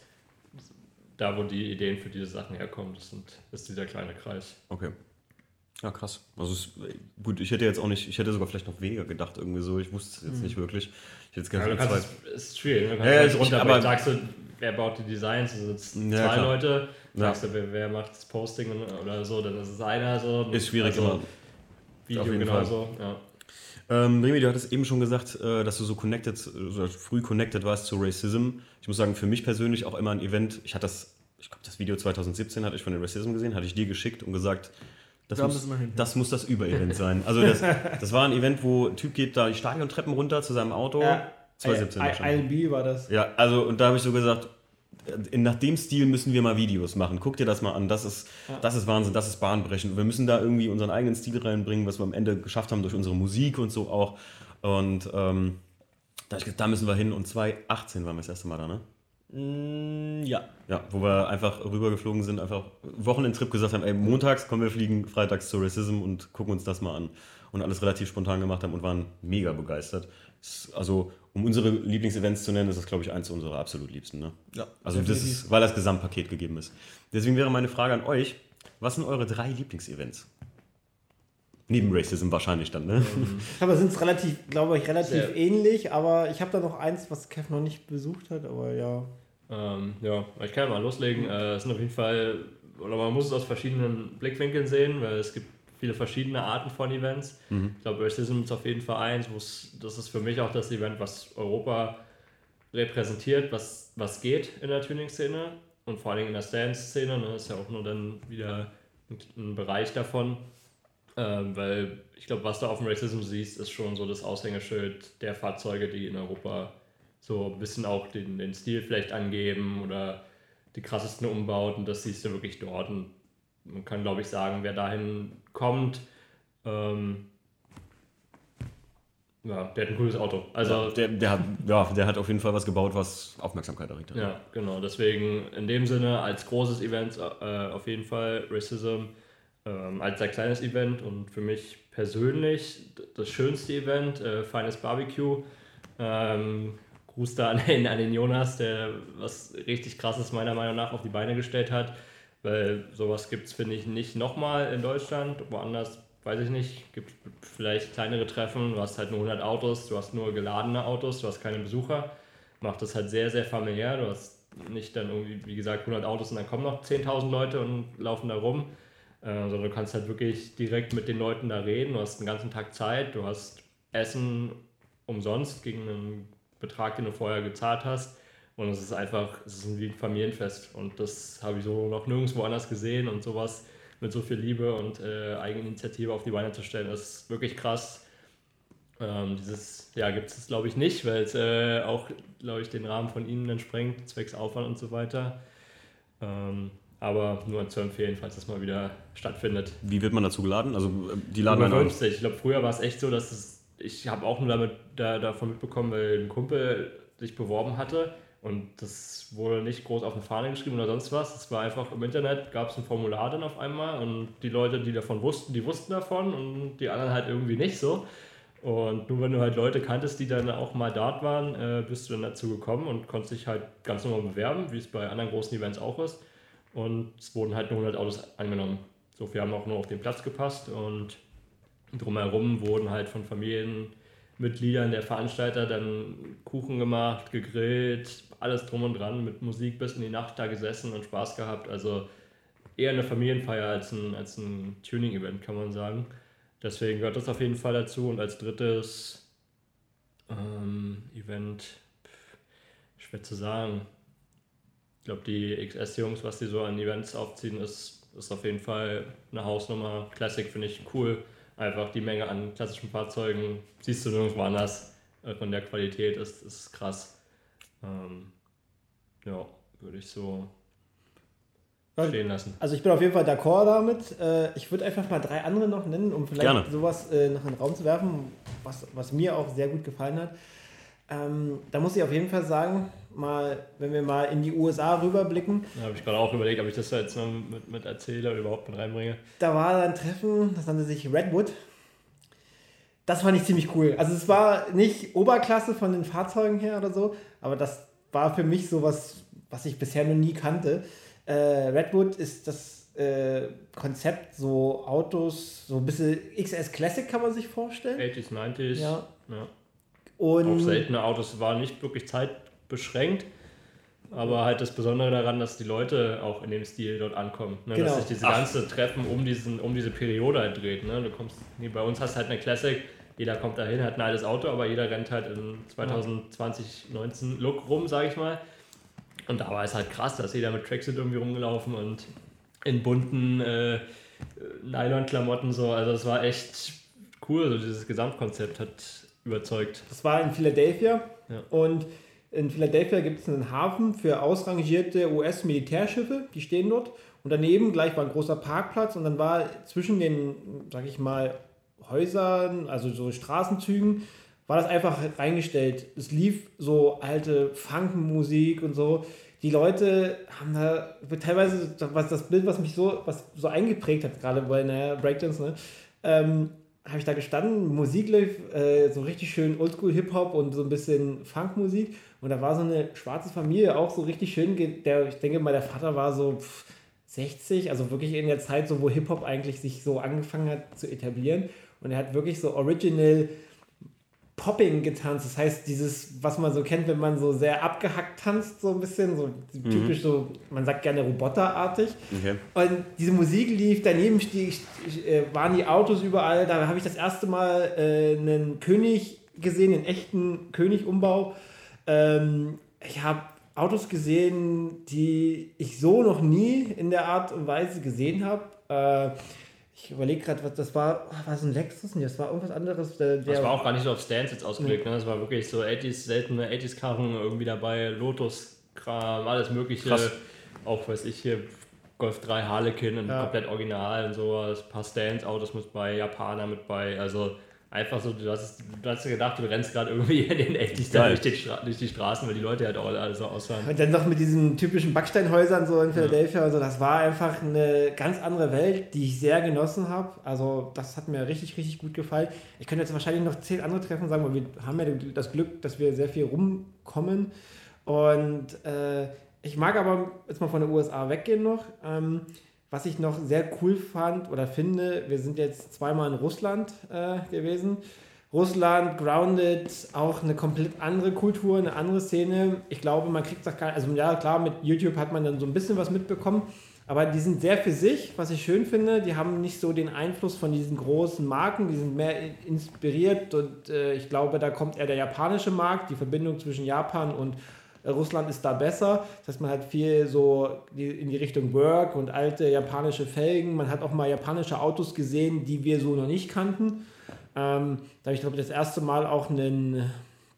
da, wo die Ideen für diese Sachen herkommen, das, sind, das ist dieser kleine Kreis. Okay. Ja, krass. Also es, gut, ich hätte jetzt auch nicht, ich hätte sogar vielleicht noch weniger gedacht irgendwie so, ich wusste es jetzt hm. nicht wirklich. Ich hätte jetzt ja, gesagt, zwei... Es ist schwierig, du kannst ja, halt runter, aber sagst du, wer baut die Designs, also jetzt ja, zwei klar. Leute, sagst ja. du, wer, wer macht das Posting oder so, dann ist es einer so. Ist schwierig, also, immer. Video genauso, ja. Ähm, Remy, du hattest eben schon gesagt, äh, dass du so connected, so früh connected warst zu Racism. Ich muss sagen, für mich persönlich auch immer ein Event. Ich hatte das, ich glaube, das Video zwanzig siebzehn hatte ich von den Racism gesehen, hatte ich dir geschickt und gesagt, das, muss, das muss das Über-Event sein. Also das, das war ein Event, wo ein Typ geht da die Stadiontreppen runter zu seinem Auto. Ja, zwanzig siebzehn I L B war das. Ja, also und da habe ich so gesagt, nach dem Stil müssen wir mal Videos machen. Guck dir das mal an. Das ist, ja. das ist Wahnsinn, das ist bahnbrechend. Wir müssen da irgendwie unseren eigenen Stil reinbringen, was wir am Ende geschafft haben durch unsere Musik und so auch. Und ähm, da, ich gesagt, da müssen wir hin. Und zwanzig achtzehn waren wir das erste Mal da, ne? Mm, ja. Ja, wo wir einfach rübergeflogen sind, einfach Wochenendtrip gesagt haben, ey, montags kommen wir fliegen, freitags zu Racism und gucken uns das mal an. Und alles relativ spontan gemacht haben und waren mega begeistert. Also, um unsere Lieblingsevents zu nennen, ist das, glaube ich, eins unserer absolut liebsten. Ne? Ja, also, das ist, weil das Gesamtpaket gegeben ist. Deswegen wäre meine Frage an euch: Was sind eure drei Lieblingsevents? Neben Racism wahrscheinlich dann, ne? Mhm. Aber sind es relativ, glaube ich, relativ Sehr. ähnlich. Aber ich habe da noch eins, was Kev noch nicht besucht hat. Aber ja. Ähm, ja, ich kann ja mal loslegen. Mhm. Äh, es sind auf jeden Fall, oder man muss es aus verschiedenen Blickwinkeln sehen, weil es gibt viele verschiedene Arten von Events. Mhm. Ich glaube, Racism ist auf jeden Fall eins, das ist für mich auch das Event, was Europa repräsentiert, was, was geht in der Tuning-Szene und vor allem in der Dance-Szene. Das ist ja auch nur dann wieder ein, ein Bereich davon, ähm, weil ich glaube, was du auf dem Racism siehst, ist schon so das Aushängeschild der Fahrzeuge, die in Europa so ein bisschen auch den, den Stil vielleicht angeben oder die krassesten Umbauten, das siehst du wirklich dort. Und man kann, glaube ich, sagen, wer dahin kommt, ähm, ja, der hat ein cooles Auto. Also ja, der, der, hat, ja, der hat auf jeden Fall was gebaut, was Aufmerksamkeit erregt hat. Ja, genau. Deswegen in dem Sinne als großes Event äh, auf jeden Fall Racism ähm, als sehr kleines Event und für mich persönlich das schönste Event, äh, Finest Barbecue. Ähm, Gruß da an den, an den Jonas, der was richtig krasses meiner Meinung nach auf die Beine gestellt hat, weil sowas gibt es, finde ich, nicht nochmal in Deutschland, woanders. Weiß ich nicht, gibt vielleicht kleinere Treffen, du hast halt nur hundert Autos, du hast nur geladene Autos, du hast keine Besucher, macht das halt sehr, sehr familiär, du hast nicht dann irgendwie, wie gesagt, hundert Autos und dann kommen noch zehntausend Leute und laufen da rum, äh, sondern du kannst halt wirklich direkt mit den Leuten da reden, du hast den ganzen Tag Zeit, du hast Essen umsonst gegen einen Betrag, den du vorher gezahlt hast und es ist einfach, es ist wie ein Familienfest und das habe ich so noch nirgendwo anders gesehen und sowas mit so viel Liebe und äh, Eigeninitiative auf die Beine zu stellen, das ist wirklich krass. Ähm, dieses, ja, gibt es glaube ich nicht, weil es äh, auch, glaube ich, den Rahmen von ihnen dann sprengt, zwecks Aufwand und so weiter. Ähm, aber nur zu empfehlen, falls das mal wieder stattfindet. Wie wird man dazu geladen? Also die laden einen fünfzig. Ich glaube, früher war es echt so, dass es, ich habe auch nur damit, da, davon mitbekommen, weil ein Kumpel sich beworben hatte. Und das wurde nicht groß auf eine Fahne geschrieben oder sonst was. Es war einfach im Internet, gab es ein Formular dann auf einmal und die Leute, die davon wussten, die wussten davon und die anderen halt irgendwie nicht so. Und nur wenn du halt Leute kanntest, die dann auch mal dort waren, äh, bist du dann dazu gekommen und konntest dich halt ganz normal bewerben, wie es bei anderen großen Events auch ist. Und es wurden halt nur hundert Autos angenommen. So viel haben auch nur auf den Platz gepasst und drumherum wurden halt von Familienmitgliedern der Veranstalter dann Kuchen gemacht, gegrillt, alles drum und dran, mit Musik bis in die Nacht da gesessen und Spaß gehabt. Also eher eine Familienfeier als ein, als ein Tuning-Event, kann man sagen. Deswegen gehört das auf jeden Fall dazu. Und als drittes ähm, Event, schwer zu sagen. Ich glaube, die X S-Jungs, was die so an Events aufziehen, ist, ist auf jeden Fall eine Hausnummer. Classic finde ich cool. Einfach die Menge an klassischen Fahrzeugen siehst du nirgendwo anders. Von der Qualität ist, ist krass. Ähm, ja, würde ich so stehen lassen. Also ich bin auf jeden Fall d'accord damit. Äh, ich würde einfach mal drei andere noch nennen, um vielleicht Gerne. sowas äh, noch in den Raum zu werfen, was, was mir auch sehr gut gefallen hat. Ähm, da muss ich auf jeden Fall sagen, mal, wenn wir mal in die U S A rüberblicken. Da habe ich gerade auch überlegt, ob ich das jetzt mal mit, mit erzähle oder überhaupt mit reinbringe. Da war ein Treffen, das nannte sich Redwood. Das fand ich ziemlich cool. Also es war nicht Oberklasse von den Fahrzeugen her oder so, aber das war für mich sowas, was ich bisher noch nie kannte. Äh, Redwood ist das äh, Konzept, so Autos, so ein bisschen X S Classic kann man sich vorstellen. achtziger, neunziger. Ja. ja. Und auch seltene Autos, war nicht wirklich zeitbeschränkt, aber halt das Besondere daran, dass die Leute auch in dem Stil dort ankommen. Ne? Genau. Dass sich diese ganze Treffen um, diesen, um diese Periode halt dreht. Ne? Du kommst, nee, bei uns hast du halt eine Classic, jeder kommt dahin, hat ein altes Auto, aber jeder rennt halt in zwanzig zwanzig, neunzehn Look rum, sag ich mal. Und da war es halt krass, dass jeder mit Tracksuit irgendwie rumgelaufen und in bunten äh, Nylon-Klamotten so. Also das war echt cool, so dieses Gesamtkonzept hat überzeugt. Das war in Philadelphia ja. und in Philadelphia gibt es einen Hafen für ausrangierte U S-Militärschiffe, die stehen dort. Und daneben gleich war ein großer Parkplatz und dann war zwischen den, sag ich mal, Häusern, also so Straßenzügen, war das einfach reingestellt. Es lief so alte Funkmusik und so. Die Leute haben da teilweise, was das Bild, was mich so, was so eingeprägt hat, gerade bei naja, Breakdance, ne, ähm, habe ich da gestanden, Musik lief, äh, so richtig schön Oldschool-Hip-Hop und so ein bisschen Funkmusik. Und da war so eine schwarze Familie, auch so richtig schön, der, ich denke mal, der Vater war so pff, sechzig, also wirklich in der Zeit, so wo Hip-Hop eigentlich sich so angefangen hat zu etablieren. Und er hat wirklich so original Popping getanzt. Das heißt, dieses, was man so kennt, wenn man so sehr abgehackt tanzt, so ein bisschen, so mhm. typisch so, man sagt gerne roboterartig. Okay. Und diese Musik lief, daneben stieg, äh, waren die Autos überall. Da habe ich das erste Mal äh, einen König gesehen, einen echten König-Umbau. Ähm, ich habe Autos gesehen, die ich so noch nie in der Art und Weise gesehen habe. Äh, Ich überlege gerade, was das war. War es ein Lexus? Nee, das war irgendwas anderes. Der, der das war auch gar nicht so auf Stands jetzt ausgelegt. Nee. Ne? Das war wirklich so achtziger, seltene achtziger-Karren irgendwie dabei, Lotus-Kram, alles mögliche. Krass. auch weiß ich hier, Golf drei Harlequin und ja. komplett original und sowas, ein paar Stance-Autos mit bei, Japaner mit bei, also einfach so, du hast, du hast gedacht, du rennst gerade irgendwie in den Echtis durch, durch die Straßen, weil die Leute halt auch alle so ausfahren. Und dann noch mit diesen typischen Backsteinhäusern so in Philadelphia, ja. also das war einfach eine ganz andere Welt, die ich sehr genossen habe. Also das hat mir richtig, richtig gut gefallen. Ich könnte jetzt wahrscheinlich noch zehn andere Treffen sagen, weil wir haben ja das Glück, dass wir sehr viel rumkommen. Und äh, ich mag aber jetzt mal von den U S A weggehen noch. Ähm, Was ich noch sehr cool fand oder finde, wir sind jetzt zweimal in Russland äh, gewesen. Russland, Grounded, auch eine komplett andere Kultur, eine andere Szene. Ich glaube, man kriegt das gar nicht, also ja klar, mit YouTube hat man dann so ein bisschen was mitbekommen, aber die sind sehr für sich, was ich schön finde. Die haben nicht so den Einfluss von diesen großen Marken, die sind mehr inspiriert und äh, ich glaube, da kommt eher der japanische Markt, die Verbindung zwischen Japan und Russland ist da besser. Das heißt, man hat viel so in die Richtung Work und alte japanische Felgen. Man hat auch mal japanische Autos gesehen, die wir so noch nicht kannten. Ähm, da habe ich, glaube ich, das erste Mal auch einen,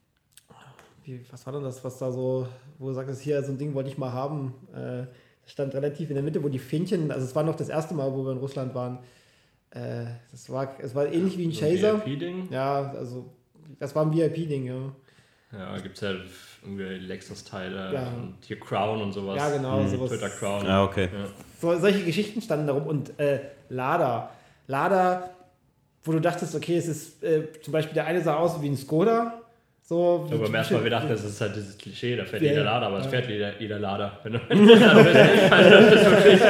wie, was war denn das, was da so, wo du sagst, hier, so ein Ding wollte ich mal haben. Äh, das stand relativ in der Mitte, wo die Fähnchen, also es war noch das erste Mal, wo wir in Russland waren. Äh, das war, es war ähnlich wie ein so Chaser. ein V I P-Ding? Ja, also das war ein V I P-Ding, ja. Ja, gibt es ja irgendwie Lexus-Teile ja. und hier Crown und sowas. Ja, genau. Mhm. Sowas. Twitter Crown. Ah, okay. Ja. So, solche Geschichten standen darum. Und äh, Lada. Lada, wo du dachtest, okay, es ist äh, zum Beispiel der eine sah aus wie ein Skoda. So, aber beim ersten Mal gedacht, das ist halt dieses Klischee, da fährt ja, jeder Lada, aber es ja. fährt jeder, jeder Lada. Wenn du, also das, ist wirklich,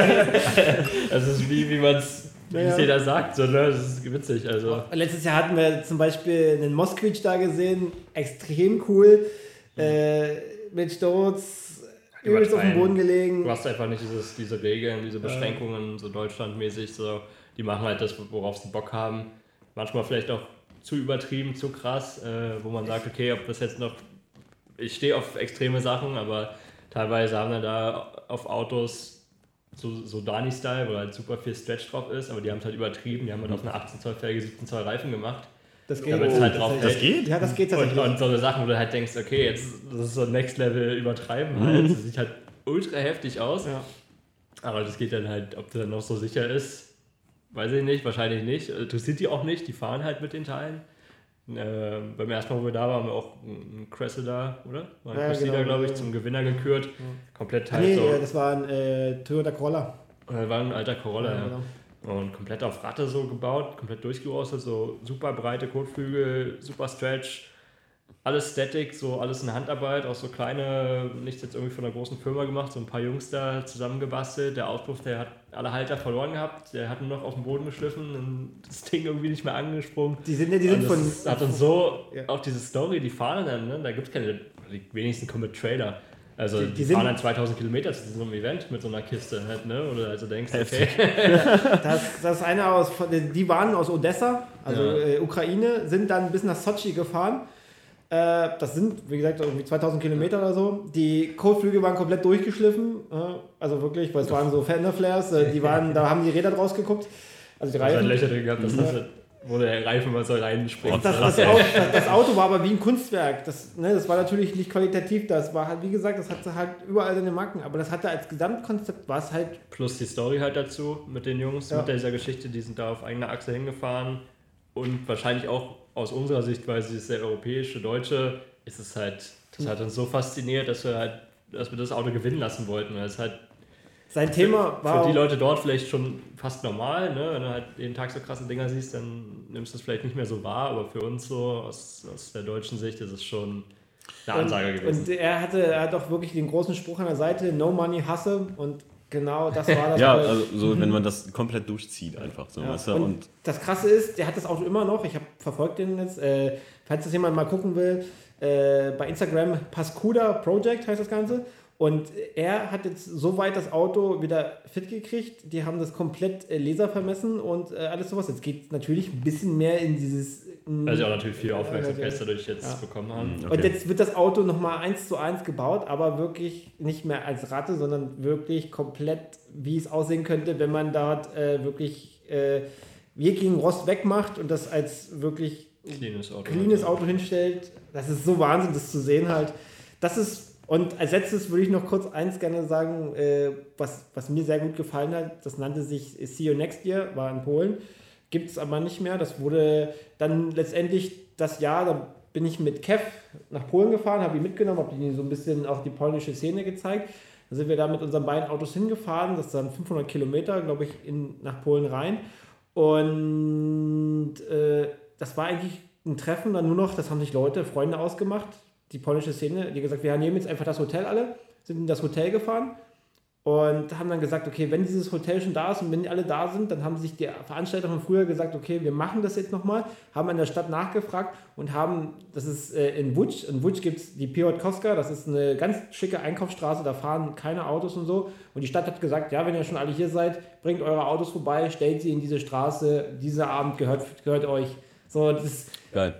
das ist wie, wie man es wie es jeder sagt, so, ne? Das ist witzig. Also. Letztes Jahr hatten wir zum Beispiel einen Moskvich da gesehen, extrem cool, mhm. äh, mit Sturz, übelst auf dem Boden gelegen. Du hast einfach nicht dieses, diese Regeln, diese Beschränkungen, so deutschlandmäßig, so, die machen halt das, worauf sie Bock haben. Manchmal vielleicht auch zu übertrieben, zu krass, äh, wo man sagt, okay, ob das jetzt noch, ich stehe auf extreme Sachen, aber teilweise haben wir da auf Autos so, so Dani-Style, wo halt super viel Stretch drauf ist, aber die haben es halt übertrieben, die haben halt auf eine achtzehn Zoll Felge siebzehn Zoll Reifen gemacht. Das geht. Damit es halt drauf das geht? Ja, das geht tatsächlich. Und, und so eine Sachen, wo du halt denkst, okay, jetzt das ist so Next Level übertreiben halt, das sieht halt ultra heftig aus, ja. aber das geht dann halt, ob der dann noch so sicher ist, weiß ich nicht, wahrscheinlich nicht, interessiert die auch nicht, die fahren halt mit den Teilen. Äh, beim ersten Mal, wo wir da waren, haben wir auch einen Cressida, oder? War ein ja, Cressida, genau, glaube ich, ja. zum Gewinner gekürt. Ja. Komplett halt nee, so. Nee, das war ein äh, Toyota Corolla. Äh, war ein alter Corolla, ja. ja. Genau. Und komplett auf Ratte so gebaut, komplett durchgerostet, so super breite Kotflügel, super Stretch. Alles Static, so alles in Handarbeit, auch so kleine, nichts jetzt irgendwie von einer großen Firma gemacht, so ein paar Jungs da zusammengebastelt. Der Auspuff, der hat alle Halter verloren gehabt, der hat nur noch auf den Boden geschliffen und das Ding irgendwie nicht mehr angesprungen. Die sind ja, die sind von. Das hat uns so, ja. Auch diese Story, die fahren dann, ne? Da gibt es keine, die wenigsten kommen mit Trailer. Also die, die, die fahren dann zweitausend Kilometer zu so einem Event mit so einer Kiste halt, ne? Oder also denkst, okay. das, das eine aus, die waren aus Odessa, also ja. äh, Ukraine, sind dann bis nach Sochi gefahren. Das sind, wie gesagt, irgendwie zweitausend Kilometer oder so. Die Kotflügel waren komplett durchgeschliffen. Also wirklich, weil es waren so Fender-Flares. Die waren, da haben die Räder draus geguckt. Also die Reifen. Reifen. Löcher drin gehabt, das ja. ist, wo der Reifen mal so reinspringt. Das, das, Auto, das, das Auto war aber wie ein Kunstwerk. Das, ne, das war natürlich nicht qualitativ. Das war halt, wie gesagt, das hatte halt überall seine Marken. Aber das hatte als Gesamtkonzept, war es halt... Plus die Story halt dazu mit den Jungs, ja. mit dieser Geschichte. Die sind da auf eigener Achse hingefahren. Und wahrscheinlich auch aus unserer Sichtweise, ist der europäische, deutsche, ist es halt, das hat uns so fasziniert, dass wir halt, dass wir das Auto gewinnen lassen wollten. Das ist halt sein Thema für, war für die Leute dort vielleicht schon fast normal, ne? Wenn du halt jeden Tag so krasse Dinger siehst, dann nimmst du es vielleicht nicht mehr so wahr, aber für uns so, aus, aus der deutschen Sicht, ist es schon eine Ansage und, gewesen. Und er hatte, er hat auch wirklich den großen Spruch an der Seite, no money, hasse, und genau das war das. Ja, also so, wenn man das komplett durchzieht einfach. So, ja. weißt du? und, und das Krasse ist, der hat das Auto immer noch, ich habe verfolgt den jetzt, äh, falls das jemand mal gucken will, äh, bei Instagram Pascuda Project heißt das Ganze. Und er hat jetzt soweit das Auto wieder fit gekriegt. Die haben das komplett äh, Laser vermessen und äh, alles sowas. Jetzt geht es natürlich ein bisschen mehr in dieses... Weil sie auch natürlich viel Aufmerksamkeit dadurch jetzt ja. bekommen haben. Okay. Und jetzt wird das Auto nochmal eins zu eins gebaut, aber wirklich nicht mehr als Ratte, sondern wirklich komplett, wie es aussehen könnte, wenn man dort äh, wirklich äh, wirklichen Rost wegmacht und das als wirklich cleanes Auto, cleanes Auto hinstellt. Das ist so Wahnsinn, das zu sehen halt. Das ist Und als letztes würde ich noch kurz eins gerne sagen, äh, was, was mir sehr gut gefallen hat. Das nannte sich See You Next Year, war in Polen. Gibt es aber nicht mehr. Das wurde dann letztendlich das Jahr, da bin ich mit Kev nach Polen gefahren, habe ihn mitgenommen, habe ihm so ein bisschen auch die polnische Szene gezeigt. Da sind wir da mit unseren beiden Autos hingefahren. Das sind fünfhundert Kilometer, glaube ich, in, nach Polen rein. Und äh, das war eigentlich ein Treffen, dann nur noch, das haben sich Leute, Freunde ausgemacht, die polnische Szene, die gesagt, wir nehmen jetzt einfach das Hotel alle, sind in das Hotel gefahren und haben dann gesagt, okay, wenn dieses Hotel schon da ist und wenn alle da sind, dann haben sich die Veranstalter von früher gesagt, okay, wir machen das jetzt nochmal, haben in der Stadt nachgefragt und haben, das ist äh, in Łódź, in Łódź gibt es die Piotrkowska, das ist eine ganz schicke Einkaufsstraße, da fahren keine Autos und so und die Stadt hat gesagt, ja, wenn ihr schon alle hier seid, bringt eure Autos vorbei, stellt sie in diese Straße, dieser Abend gehört, gehört euch. So, das ist geil.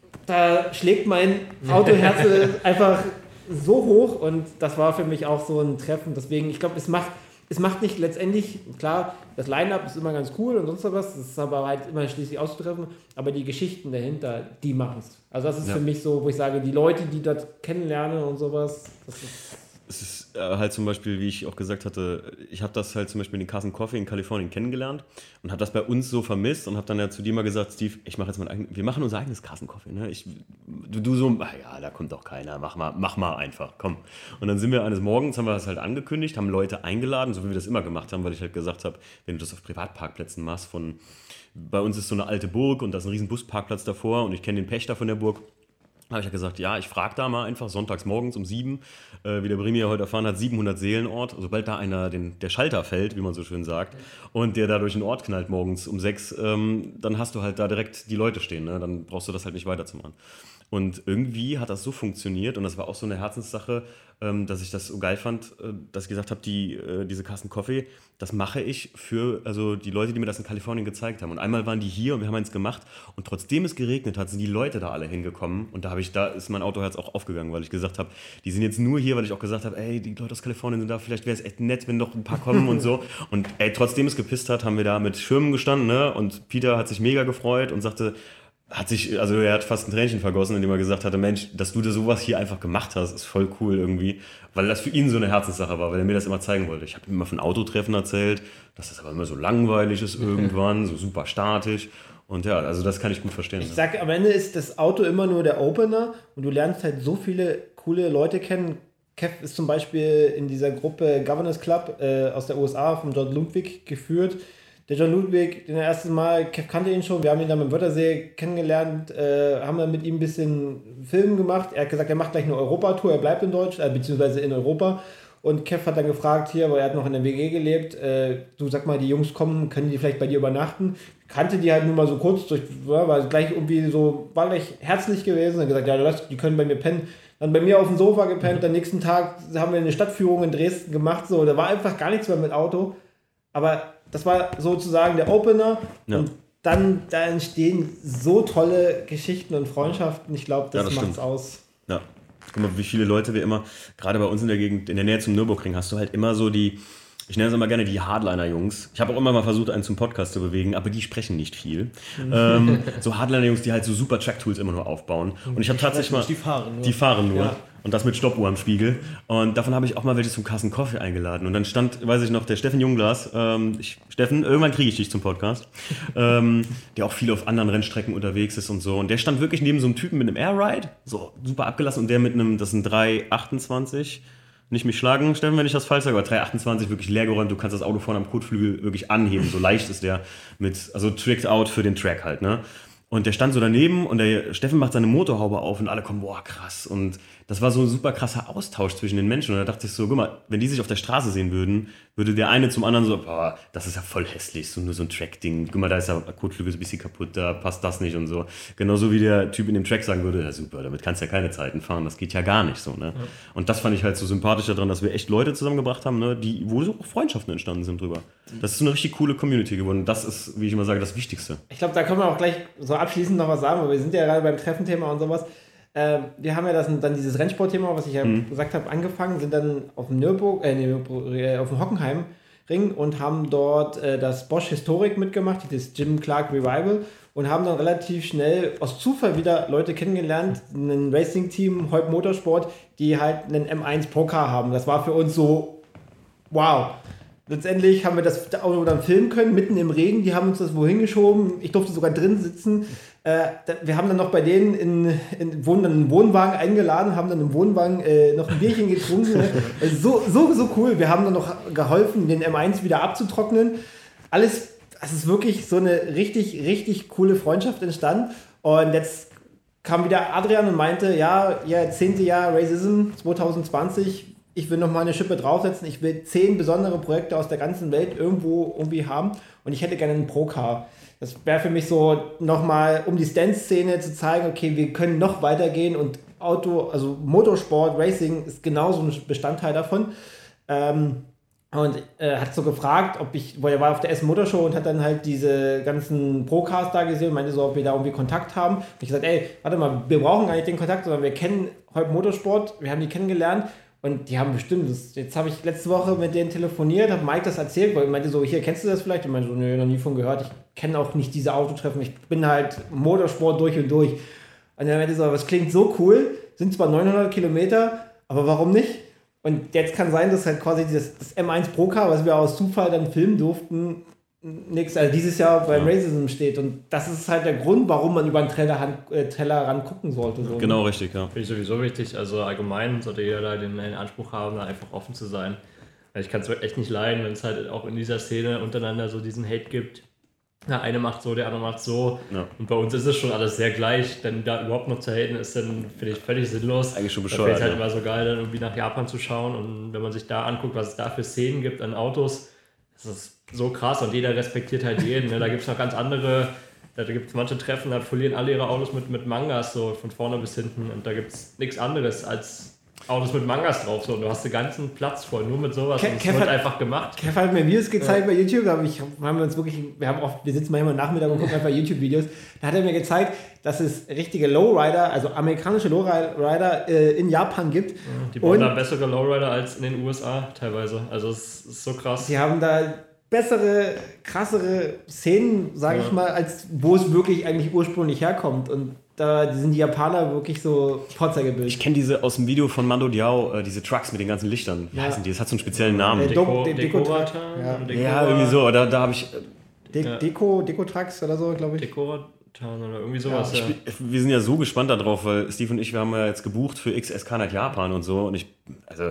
Da schlägt mein Autoherz einfach so hoch und das war für mich auch so ein Treffen. Deswegen, ich glaube, es macht, es macht nicht letztendlich, klar, das Line-Up ist immer ganz cool und sonst was, das ist aber halt immer schließlich auszutreffen, aber die Geschichten dahinter, die machen es. Also das ist ja. für mich so, wo ich sage, die Leute, die dort kennenlernen und sowas, das ist... Es ist äh, halt zum Beispiel, wie ich auch gesagt hatte, ich habe das halt zum Beispiel in Carson Coffee in Kalifornien kennengelernt und habe das bei uns so vermisst und habe dann ja zu dir mal gesagt, Steve, ich mache jetzt mein eigenes, wir machen unser eigenes Carson Coffee, ne? Ich, du, du so, ach ja, da kommt doch keiner, mach mal, mach mal einfach, komm. Und dann sind wir eines Morgens, haben wir das halt angekündigt, haben Leute eingeladen, so wie wir das immer gemacht haben, weil ich halt gesagt habe, wenn du das auf Privatparkplätzen machst, von, bei uns ist so eine alte Burg und da ist ein riesen Busparkplatz davor und ich kenne den Pächter von der Burg. Da habe ich ja gesagt, ja, ich frage da mal einfach sonntags morgens um sieben, äh, wie der Brimi ja heute erfahren hat, siebenhundert Seelenort. Sobald da einer den, der Schalter fällt, wie man so schön sagt, und der da durch den Ort knallt morgens um sechs, ähm, dann hast du halt da direkt die Leute stehen. Ne? Dann brauchst du das halt nicht weiterzumachen. Und irgendwie hat das so funktioniert und das war auch so eine Herzenssache, ähm, dass ich das so geil fand, äh, dass ich gesagt habe, die, äh, diese Carson Coffee, das mache ich für also die Leute, die mir das in Kalifornien gezeigt haben. Und einmal waren die hier und wir haben eins gemacht und trotzdem es geregnet hat, sind die Leute da alle hingekommen und da habe ich, da ist mein Autoherz auch aufgegangen, weil ich gesagt habe, die sind jetzt nur hier, weil ich auch gesagt habe, ey, die Leute aus Kalifornien sind da, vielleicht wäre es echt nett, wenn noch ein paar kommen und so. Und ey, trotzdem es gepisst hat, haben wir da mit Schirmen gestanden, ne? Und Peter hat sich mega gefreut und sagte, hat sich, also er hat fast ein Tränchen vergossen, indem er gesagt hatte, Mensch, dass du dir sowas hier einfach gemacht hast, ist voll cool irgendwie, weil das für ihn so eine Herzenssache war, weil er mir das immer zeigen wollte. Ich habe ihm immer von Autotreffen erzählt, dass das aber immer so langweilig ist irgendwann, so super statisch und ja, also das kann ich gut verstehen. Ich sag, am Ende ist das Auto immer nur der Opener und du lernst halt so viele coole Leute kennen. Kev ist zum Beispiel in dieser Gruppe Governors Club äh, aus der U S A von John Ludwig geführt. Der John Ludwig, den ersten Mal, Kev kannte ihn schon, wir haben ihn dann im Wörthersee kennengelernt, äh, haben dann mit ihm ein bisschen Film gemacht. Er hat gesagt, er macht gleich eine Europatour, er bleibt in Deutschland, äh, beziehungsweise in Europa. Und Kev hat dann gefragt hier, weil er hat noch in der W G gelebt, äh, du sag mal, die Jungs kommen, können die vielleicht bei dir übernachten? Kannte die halt nur mal so kurz, durch, war gleich irgendwie so, war gleich herzlich gewesen. Er hat gesagt, ja, die können bei mir pennen. Dann bei mir auf dem Sofa gepennt, am nächsten Tag haben wir eine Stadtführung in Dresden gemacht, so, da war einfach gar nichts mehr mit Auto. Aber das war sozusagen der Opener ja. Und dann da entstehen so tolle Geschichten und Freundschaften. Ich glaube, das, ja, das macht's aus. Ja, guck mal, wie viele Leute wir immer, gerade bei uns in der Gegend, in der Nähe zum Nürburgring, hast du halt immer so die, ich nenne es immer gerne die Hardliner-Jungs. Ich habe auch immer mal versucht, einen zum Podcast zu bewegen, aber die sprechen nicht viel. ähm, so Hardliner-Jungs, die halt so super Track-Tools immer nur aufbauen. Und ich habe tatsächlich mal... Die fahren nur. Die fahren nur. Ja. Und das mit Stoppuhr am Spiegel. Und davon habe ich auch mal welche zum Carson Coffee eingeladen. Und dann stand, weiß ich noch, der Steffen Jungglas. Ähm, ich, Steffen, irgendwann kriege ich dich zum Podcast. ähm, der auch viel auf anderen Rennstrecken unterwegs ist und so. Und der stand wirklich neben so einem Typen mit einem Airride. So super abgelassen. Und der mit einem, das sind drei achtundzwanzig. Nicht mich schlagen, Steffen, wenn ich das falsch sage, aber drei achtundzwanzig wirklich leergeräumt. Du kannst das Auto vorne am Kotflügel wirklich anheben. So leicht ist der mit, also tricked out für den Track halt, ne? Und der stand so daneben und der Steffen macht seine Motorhaube auf und alle kommen, boah, krass. Und das war so ein super krasser Austausch zwischen den Menschen. Und da dachte ich so, guck mal, wenn die sich auf der Straße sehen würden, würde der eine zum anderen so, boah, das ist ja voll hässlich, so nur so ein Track-Ding. Guck mal, da ist ja Kotflügel ein bisschen kaputt, da passt das nicht und so. Genauso wie der Typ in dem Track sagen würde, ja super, damit kannst du ja keine Zeiten fahren, das geht ja gar nicht so, ne? Ja. Und das fand ich halt so sympathisch daran, dass wir echt Leute zusammengebracht haben, ne, die, wo so auch Freundschaften entstanden sind drüber. Das ist so eine richtig coole Community geworden. Das ist, wie ich immer sage, das Wichtigste. Ich glaube, da können wir auch gleich so abschließend noch was sagen, weil wir sind ja gerade beim Treffenthema und sowas. Äh, wir haben ja das, dann dieses Rennsportthema, was ich ja mhm. gesagt habe, angefangen, sind dann auf dem Nürburg, äh, nee, auf dem Hockenheimring und haben dort äh, das Bosch Historic mitgemacht, das Jim Clark Revival. und haben dann relativ schnell aus Zufall wieder Leute kennengelernt, ein Racing-Team, Heup Motorsport, die halt einen M eins Pro Car haben. Das war für uns so, wow. Letztendlich haben wir das Auto dann filmen können, mitten im Regen, die haben uns das wohin geschoben, ich durfte sogar drin sitzen. Äh, wir haben dann noch bei denen in, in wurden dann einen Wohnwagen eingeladen, haben dann im Wohnwagen äh, noch ein Bierchen getrunken. Also so, so, so cool. Wir haben dann noch geholfen, den M eins wieder abzutrocknen. Alles, es ist wirklich so eine richtig, richtig coole Freundschaft entstanden. Und jetzt kam wieder Adrian und meinte, ja, ja, zehnte Jahr Racism zwanzig zwanzig, ich will noch mal eine Schippe draufsetzen, ich will zehn besondere Projekte aus der ganzen Welt irgendwo irgendwie haben und ich hätte gerne einen Pro-Car. Das wäre für mich so nochmal, um die Stand-Szene zu zeigen, okay, wir können noch weitergehen und Auto, also Motorsport, Racing ist genauso ein Bestandteil davon. Ähm, und äh, hat so gefragt, ob ich, weil er war auf der Essen Motor Show und hat dann halt diese ganzen Pro-Cars da gesehen und meinte so, ob wir da irgendwie Kontakt haben. Und ich gesagt, ey, warte mal, wir brauchen gar nicht den Kontakt, sondern wir kennen Heup Motorsport, wir haben die kennengelernt. Und die haben bestimmt, das, jetzt habe ich letzte Woche mit denen telefoniert, habe Mike das erzählt, weil ich meinte so, hier, kennst du das vielleicht? Und meinte so, nö, noch nie von gehört, ich kenne auch nicht diese Autotreffen, ich bin halt Motorsport durch und durch. Und er meinte so, das klingt so cool, sind zwar neunhundert Kilometer, aber warum nicht? Und jetzt kann sein, dass halt quasi das, das M eins Pro Car, was wir aus Zufall dann filmen durften, nix, also dieses Jahr beim ja. Racism steht. Und das ist halt der Grund, warum man über den Tellerrand, äh, Tellerrand gucken sollte. So. Genau, richtig, ja. Finde ich sowieso wichtig. Also allgemein sollte jeder da den, den Anspruch haben, da einfach offen zu sein. Ich kann es echt nicht leiden, wenn es halt auch in dieser Szene untereinander so diesen Hate gibt. Der eine macht so, der andere macht so. Ja. Und bei uns ist es schon alles sehr gleich. Denn da überhaupt noch zu haten ist dann, finde ich, völlig sinnlos. Eigentlich schon bescheuert. Es halt ja. immer so geil, dann irgendwie nach Japan zu schauen. Und wenn man sich da anguckt, was es da für Szenen gibt an Autos, das ist so krass und jeder respektiert halt jeden. Ne? Da gibt es noch ganz andere, da gibt es manche Treffen, da polieren alle ihre Autos mit, mit Mangas so von vorne bis hinten und da gibt es nichts anderes als Autos mit Mangas drauf. So. Und du hast den ganzen Platz voll, nur mit sowas. Ke- und es wird hat, einfach gemacht. Kev hat mir Videos gezeigt ja. bei YouTube, aber ich haben wir uns wirklich, wir haben oft, wir sitzen manchmal Nachmittag und gucken einfach YouTube-Videos. Da hat er mir gezeigt, dass es richtige Lowrider, also amerikanische Lowrider äh, in Japan gibt. Ja, die bauen da bessere Lowrider als in den U S A teilweise. Also es ist so krass. Die haben da bessere, krassere Szenen, sage ja. ich mal, als wo es wirklich eigentlich ursprünglich herkommt. Und da sind die Japaner wirklich so Vorzeigebild. Ich kenne diese aus dem Video von Mando Diao, äh, diese Trucks mit den ganzen Lichtern. Wie ja. heißen die? Das hat so einen speziellen Namen. Äh, Deko, Deko, Deko, Deko, ja. Deko, ja, irgendwie so. Da, da habe ich... De- ja. Deko, Deko-Trucks oder so, glaube ich. Deko oder irgendwie sowas. Ja. Ich, wir sind ja so gespannt darauf, weil Steve und ich, wir haben ja jetzt gebucht für X S K Night Japan und so. Und ich, also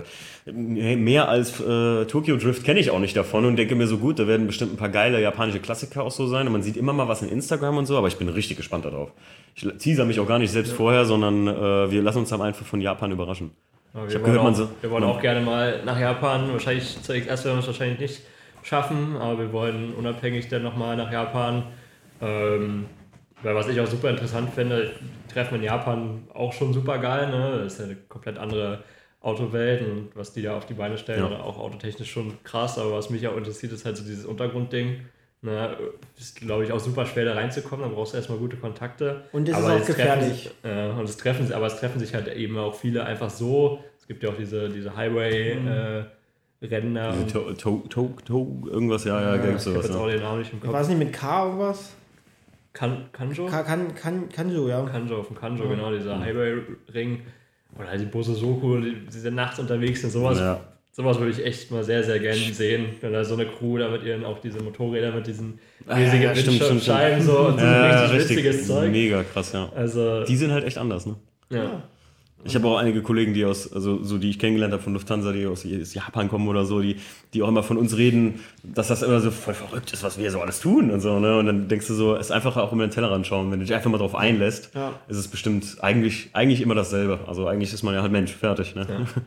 mehr als äh, Tokyo Drift kenne ich auch nicht davon und denke mir so, gut, da werden bestimmt ein paar geile japanische Klassiker auch so sein. Und man sieht immer mal was in Instagram und so, aber ich bin richtig gespannt darauf. Ich teaser mich auch gar nicht selbst ja. vorher, sondern äh, wir lassen uns dann einfach von Japan überraschen. Ja, wir, wollen gehört, auch, so, wir wollen auch gerne mal nach Japan. Wahrscheinlich zur X S werden wir es wahrscheinlich nicht schaffen, aber wir wollen unabhängig dann nochmal nach Japan. Ähm, Weil was ich auch super interessant finde, Treffen in Japan auch schon super geil, ne? Das ist ja eine komplett andere Autowelt und was die da auf die Beine stellen, ja. oder auch autotechnisch schon krass, aber was mich auch interessiert, ist halt so dieses Untergrundding. Ne? Ist, glaube ich, auch super schwer da reinzukommen, da brauchst du erstmal gute Kontakte. Und es aber ist auch gefährlich. Treffen, äh, und es treffen, aber es treffen sich halt eben auch viele einfach so. Es gibt ja auch diese, diese Highway- mhm. äh, Rennen da. To, to, to, to, irgendwas, ja, ja, ja gibt es sowas. Ich habe jetzt ja. auch den Namen nicht im Kopf. War es nicht mit K irgendwas? Kan, Kanjo? Ka, kan, kan, Kanjo, ja. Kanjo, von Kanjo, ja. genau, dieser Highway-Ring. Oder halt die Busse so cool, die, die sind nachts unterwegs sind. Sowas, ja. sowas würde ich echt mal sehr, sehr gerne sehen. Wenn da so eine Crew da mit ihren, auch diese Motorräder mit diesen riesigen ja, Windscheiben so und so ja, richtig, richtig witziges Zeug. Mega krass, ja. Also, die sind halt echt anders, ne? Ja. Ich habe auch einige Kollegen, die aus, also so die ich kennengelernt habe von Lufthansa, die aus, aus Japan kommen oder so, die, die auch immer von uns reden, dass das immer so voll verrückt ist, was wir so alles tun und so, ne? Und dann denkst du so, es ist einfacher auch immer den Tellerrand schauen, wenn du dich einfach mal drauf einlässt, ja. ist es bestimmt eigentlich, eigentlich immer dasselbe. Also eigentlich ist man ja halt Mensch, fertig, ne? Ja.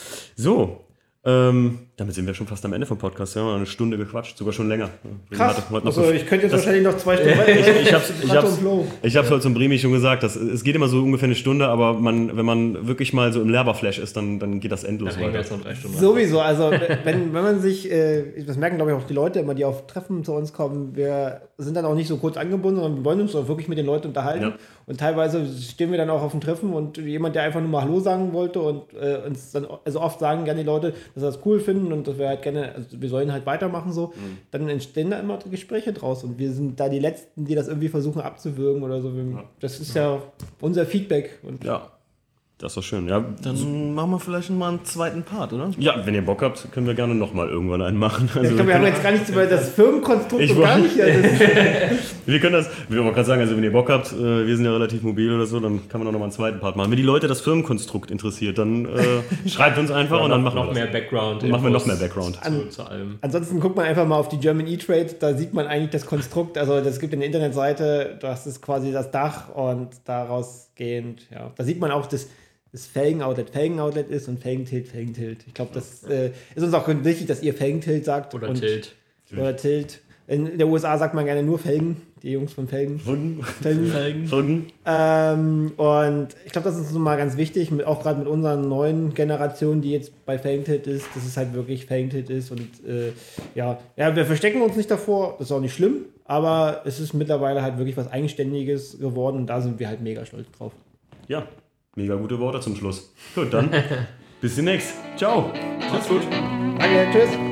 So. Ähm, damit sind wir schon fast am Ende vom Podcast. Wir haben eine Stunde gequatscht, sogar schon länger. Krass. Hatte, heute noch also, ich könnte jetzt das, wahrscheinlich noch zwei Stunden weiter. ich ich habe es ich hab's, ich hab's heute zum Bremi schon gesagt. Dass, es geht immer so ungefähr eine Stunde, aber man, wenn man wirklich mal so im Lehrbarflash ist, dann, dann geht das endlos dann weiter. Jetzt noch drei Stunden Sowieso. Also, wenn, wenn man sich, äh, das merken glaube ich auch die Leute immer, die auf Treffen zu uns kommen, wir sind dann auch nicht so kurz angebunden, sondern wir wollen uns auch wirklich mit den Leuten unterhalten. Ja. Und teilweise stehen wir dann auch auf dem Treffen und jemand, der einfach nur mal Hallo sagen wollte und äh, uns dann also oft sagen gerne die Leute, dass er das cool findet zünden und dass wir halt gerne, also wir sollen halt weitermachen so, mhm. dann entstehen da immer Gespräche draus und wir sind da die Letzten, die das irgendwie versuchen abzuwürgen oder so. Das ist ja, ja unser Feedback. Und ja. Das ist doch schön, ja. Dann machen wir vielleicht mal einen zweiten Part, oder? Ja, wenn ihr Bock habt, können wir gerne nochmal irgendwann einen machen. Also ja, ich glaube, wir haben jetzt gar nichts über das Firmenkonstrukt und gar nicht. Wir können das, ich will gerade sagen, also wenn ihr Bock habt, äh, wir sind ja relativ mobil oder so, dann kann man auch nochmal einen zweiten Part machen. Wenn die Leute das Firmenkonstrukt interessiert, dann äh, schreibt uns einfach ja, und dann machen noch wir mehr Background. Dann machen wir noch mehr Background. An, zu, zu allem. Ansonsten guckt man einfach mal auf die German E-Trade, da sieht man eigentlich das Konstrukt, also es gibt eine Internetseite, das ist quasi das Dach und daraus gehend, ja, da sieht man auch das das Felgen-Outlet Felgen-Outlet ist und Felgentilt Felgentilt. Ich glaube, das äh, ist uns auch wichtig, dass ihr Felgentilt sagt. Oder und, Tilt. Oder Tilt. In der U S A sagt man gerne nur Felgen, die Jungs von Felgen. Felgen. Felgen. Felgen. Ähm, und ich glaube, das ist mal ganz wichtig, mit, auch gerade mit unserer neuen Generation, die jetzt bei Felgentilt ist, dass es halt wirklich Felgentilt ist. Und äh, ja, ja, wir verstecken uns nicht davor, das ist auch nicht schlimm, aber es ist mittlerweile halt wirklich was Eigenständiges geworden und da sind wir halt mega stolz drauf. Ja. Mega gute Worte zum Schluss. Gut, dann bis demnächst. Ciao. Macht's gut. Danke, tschüss.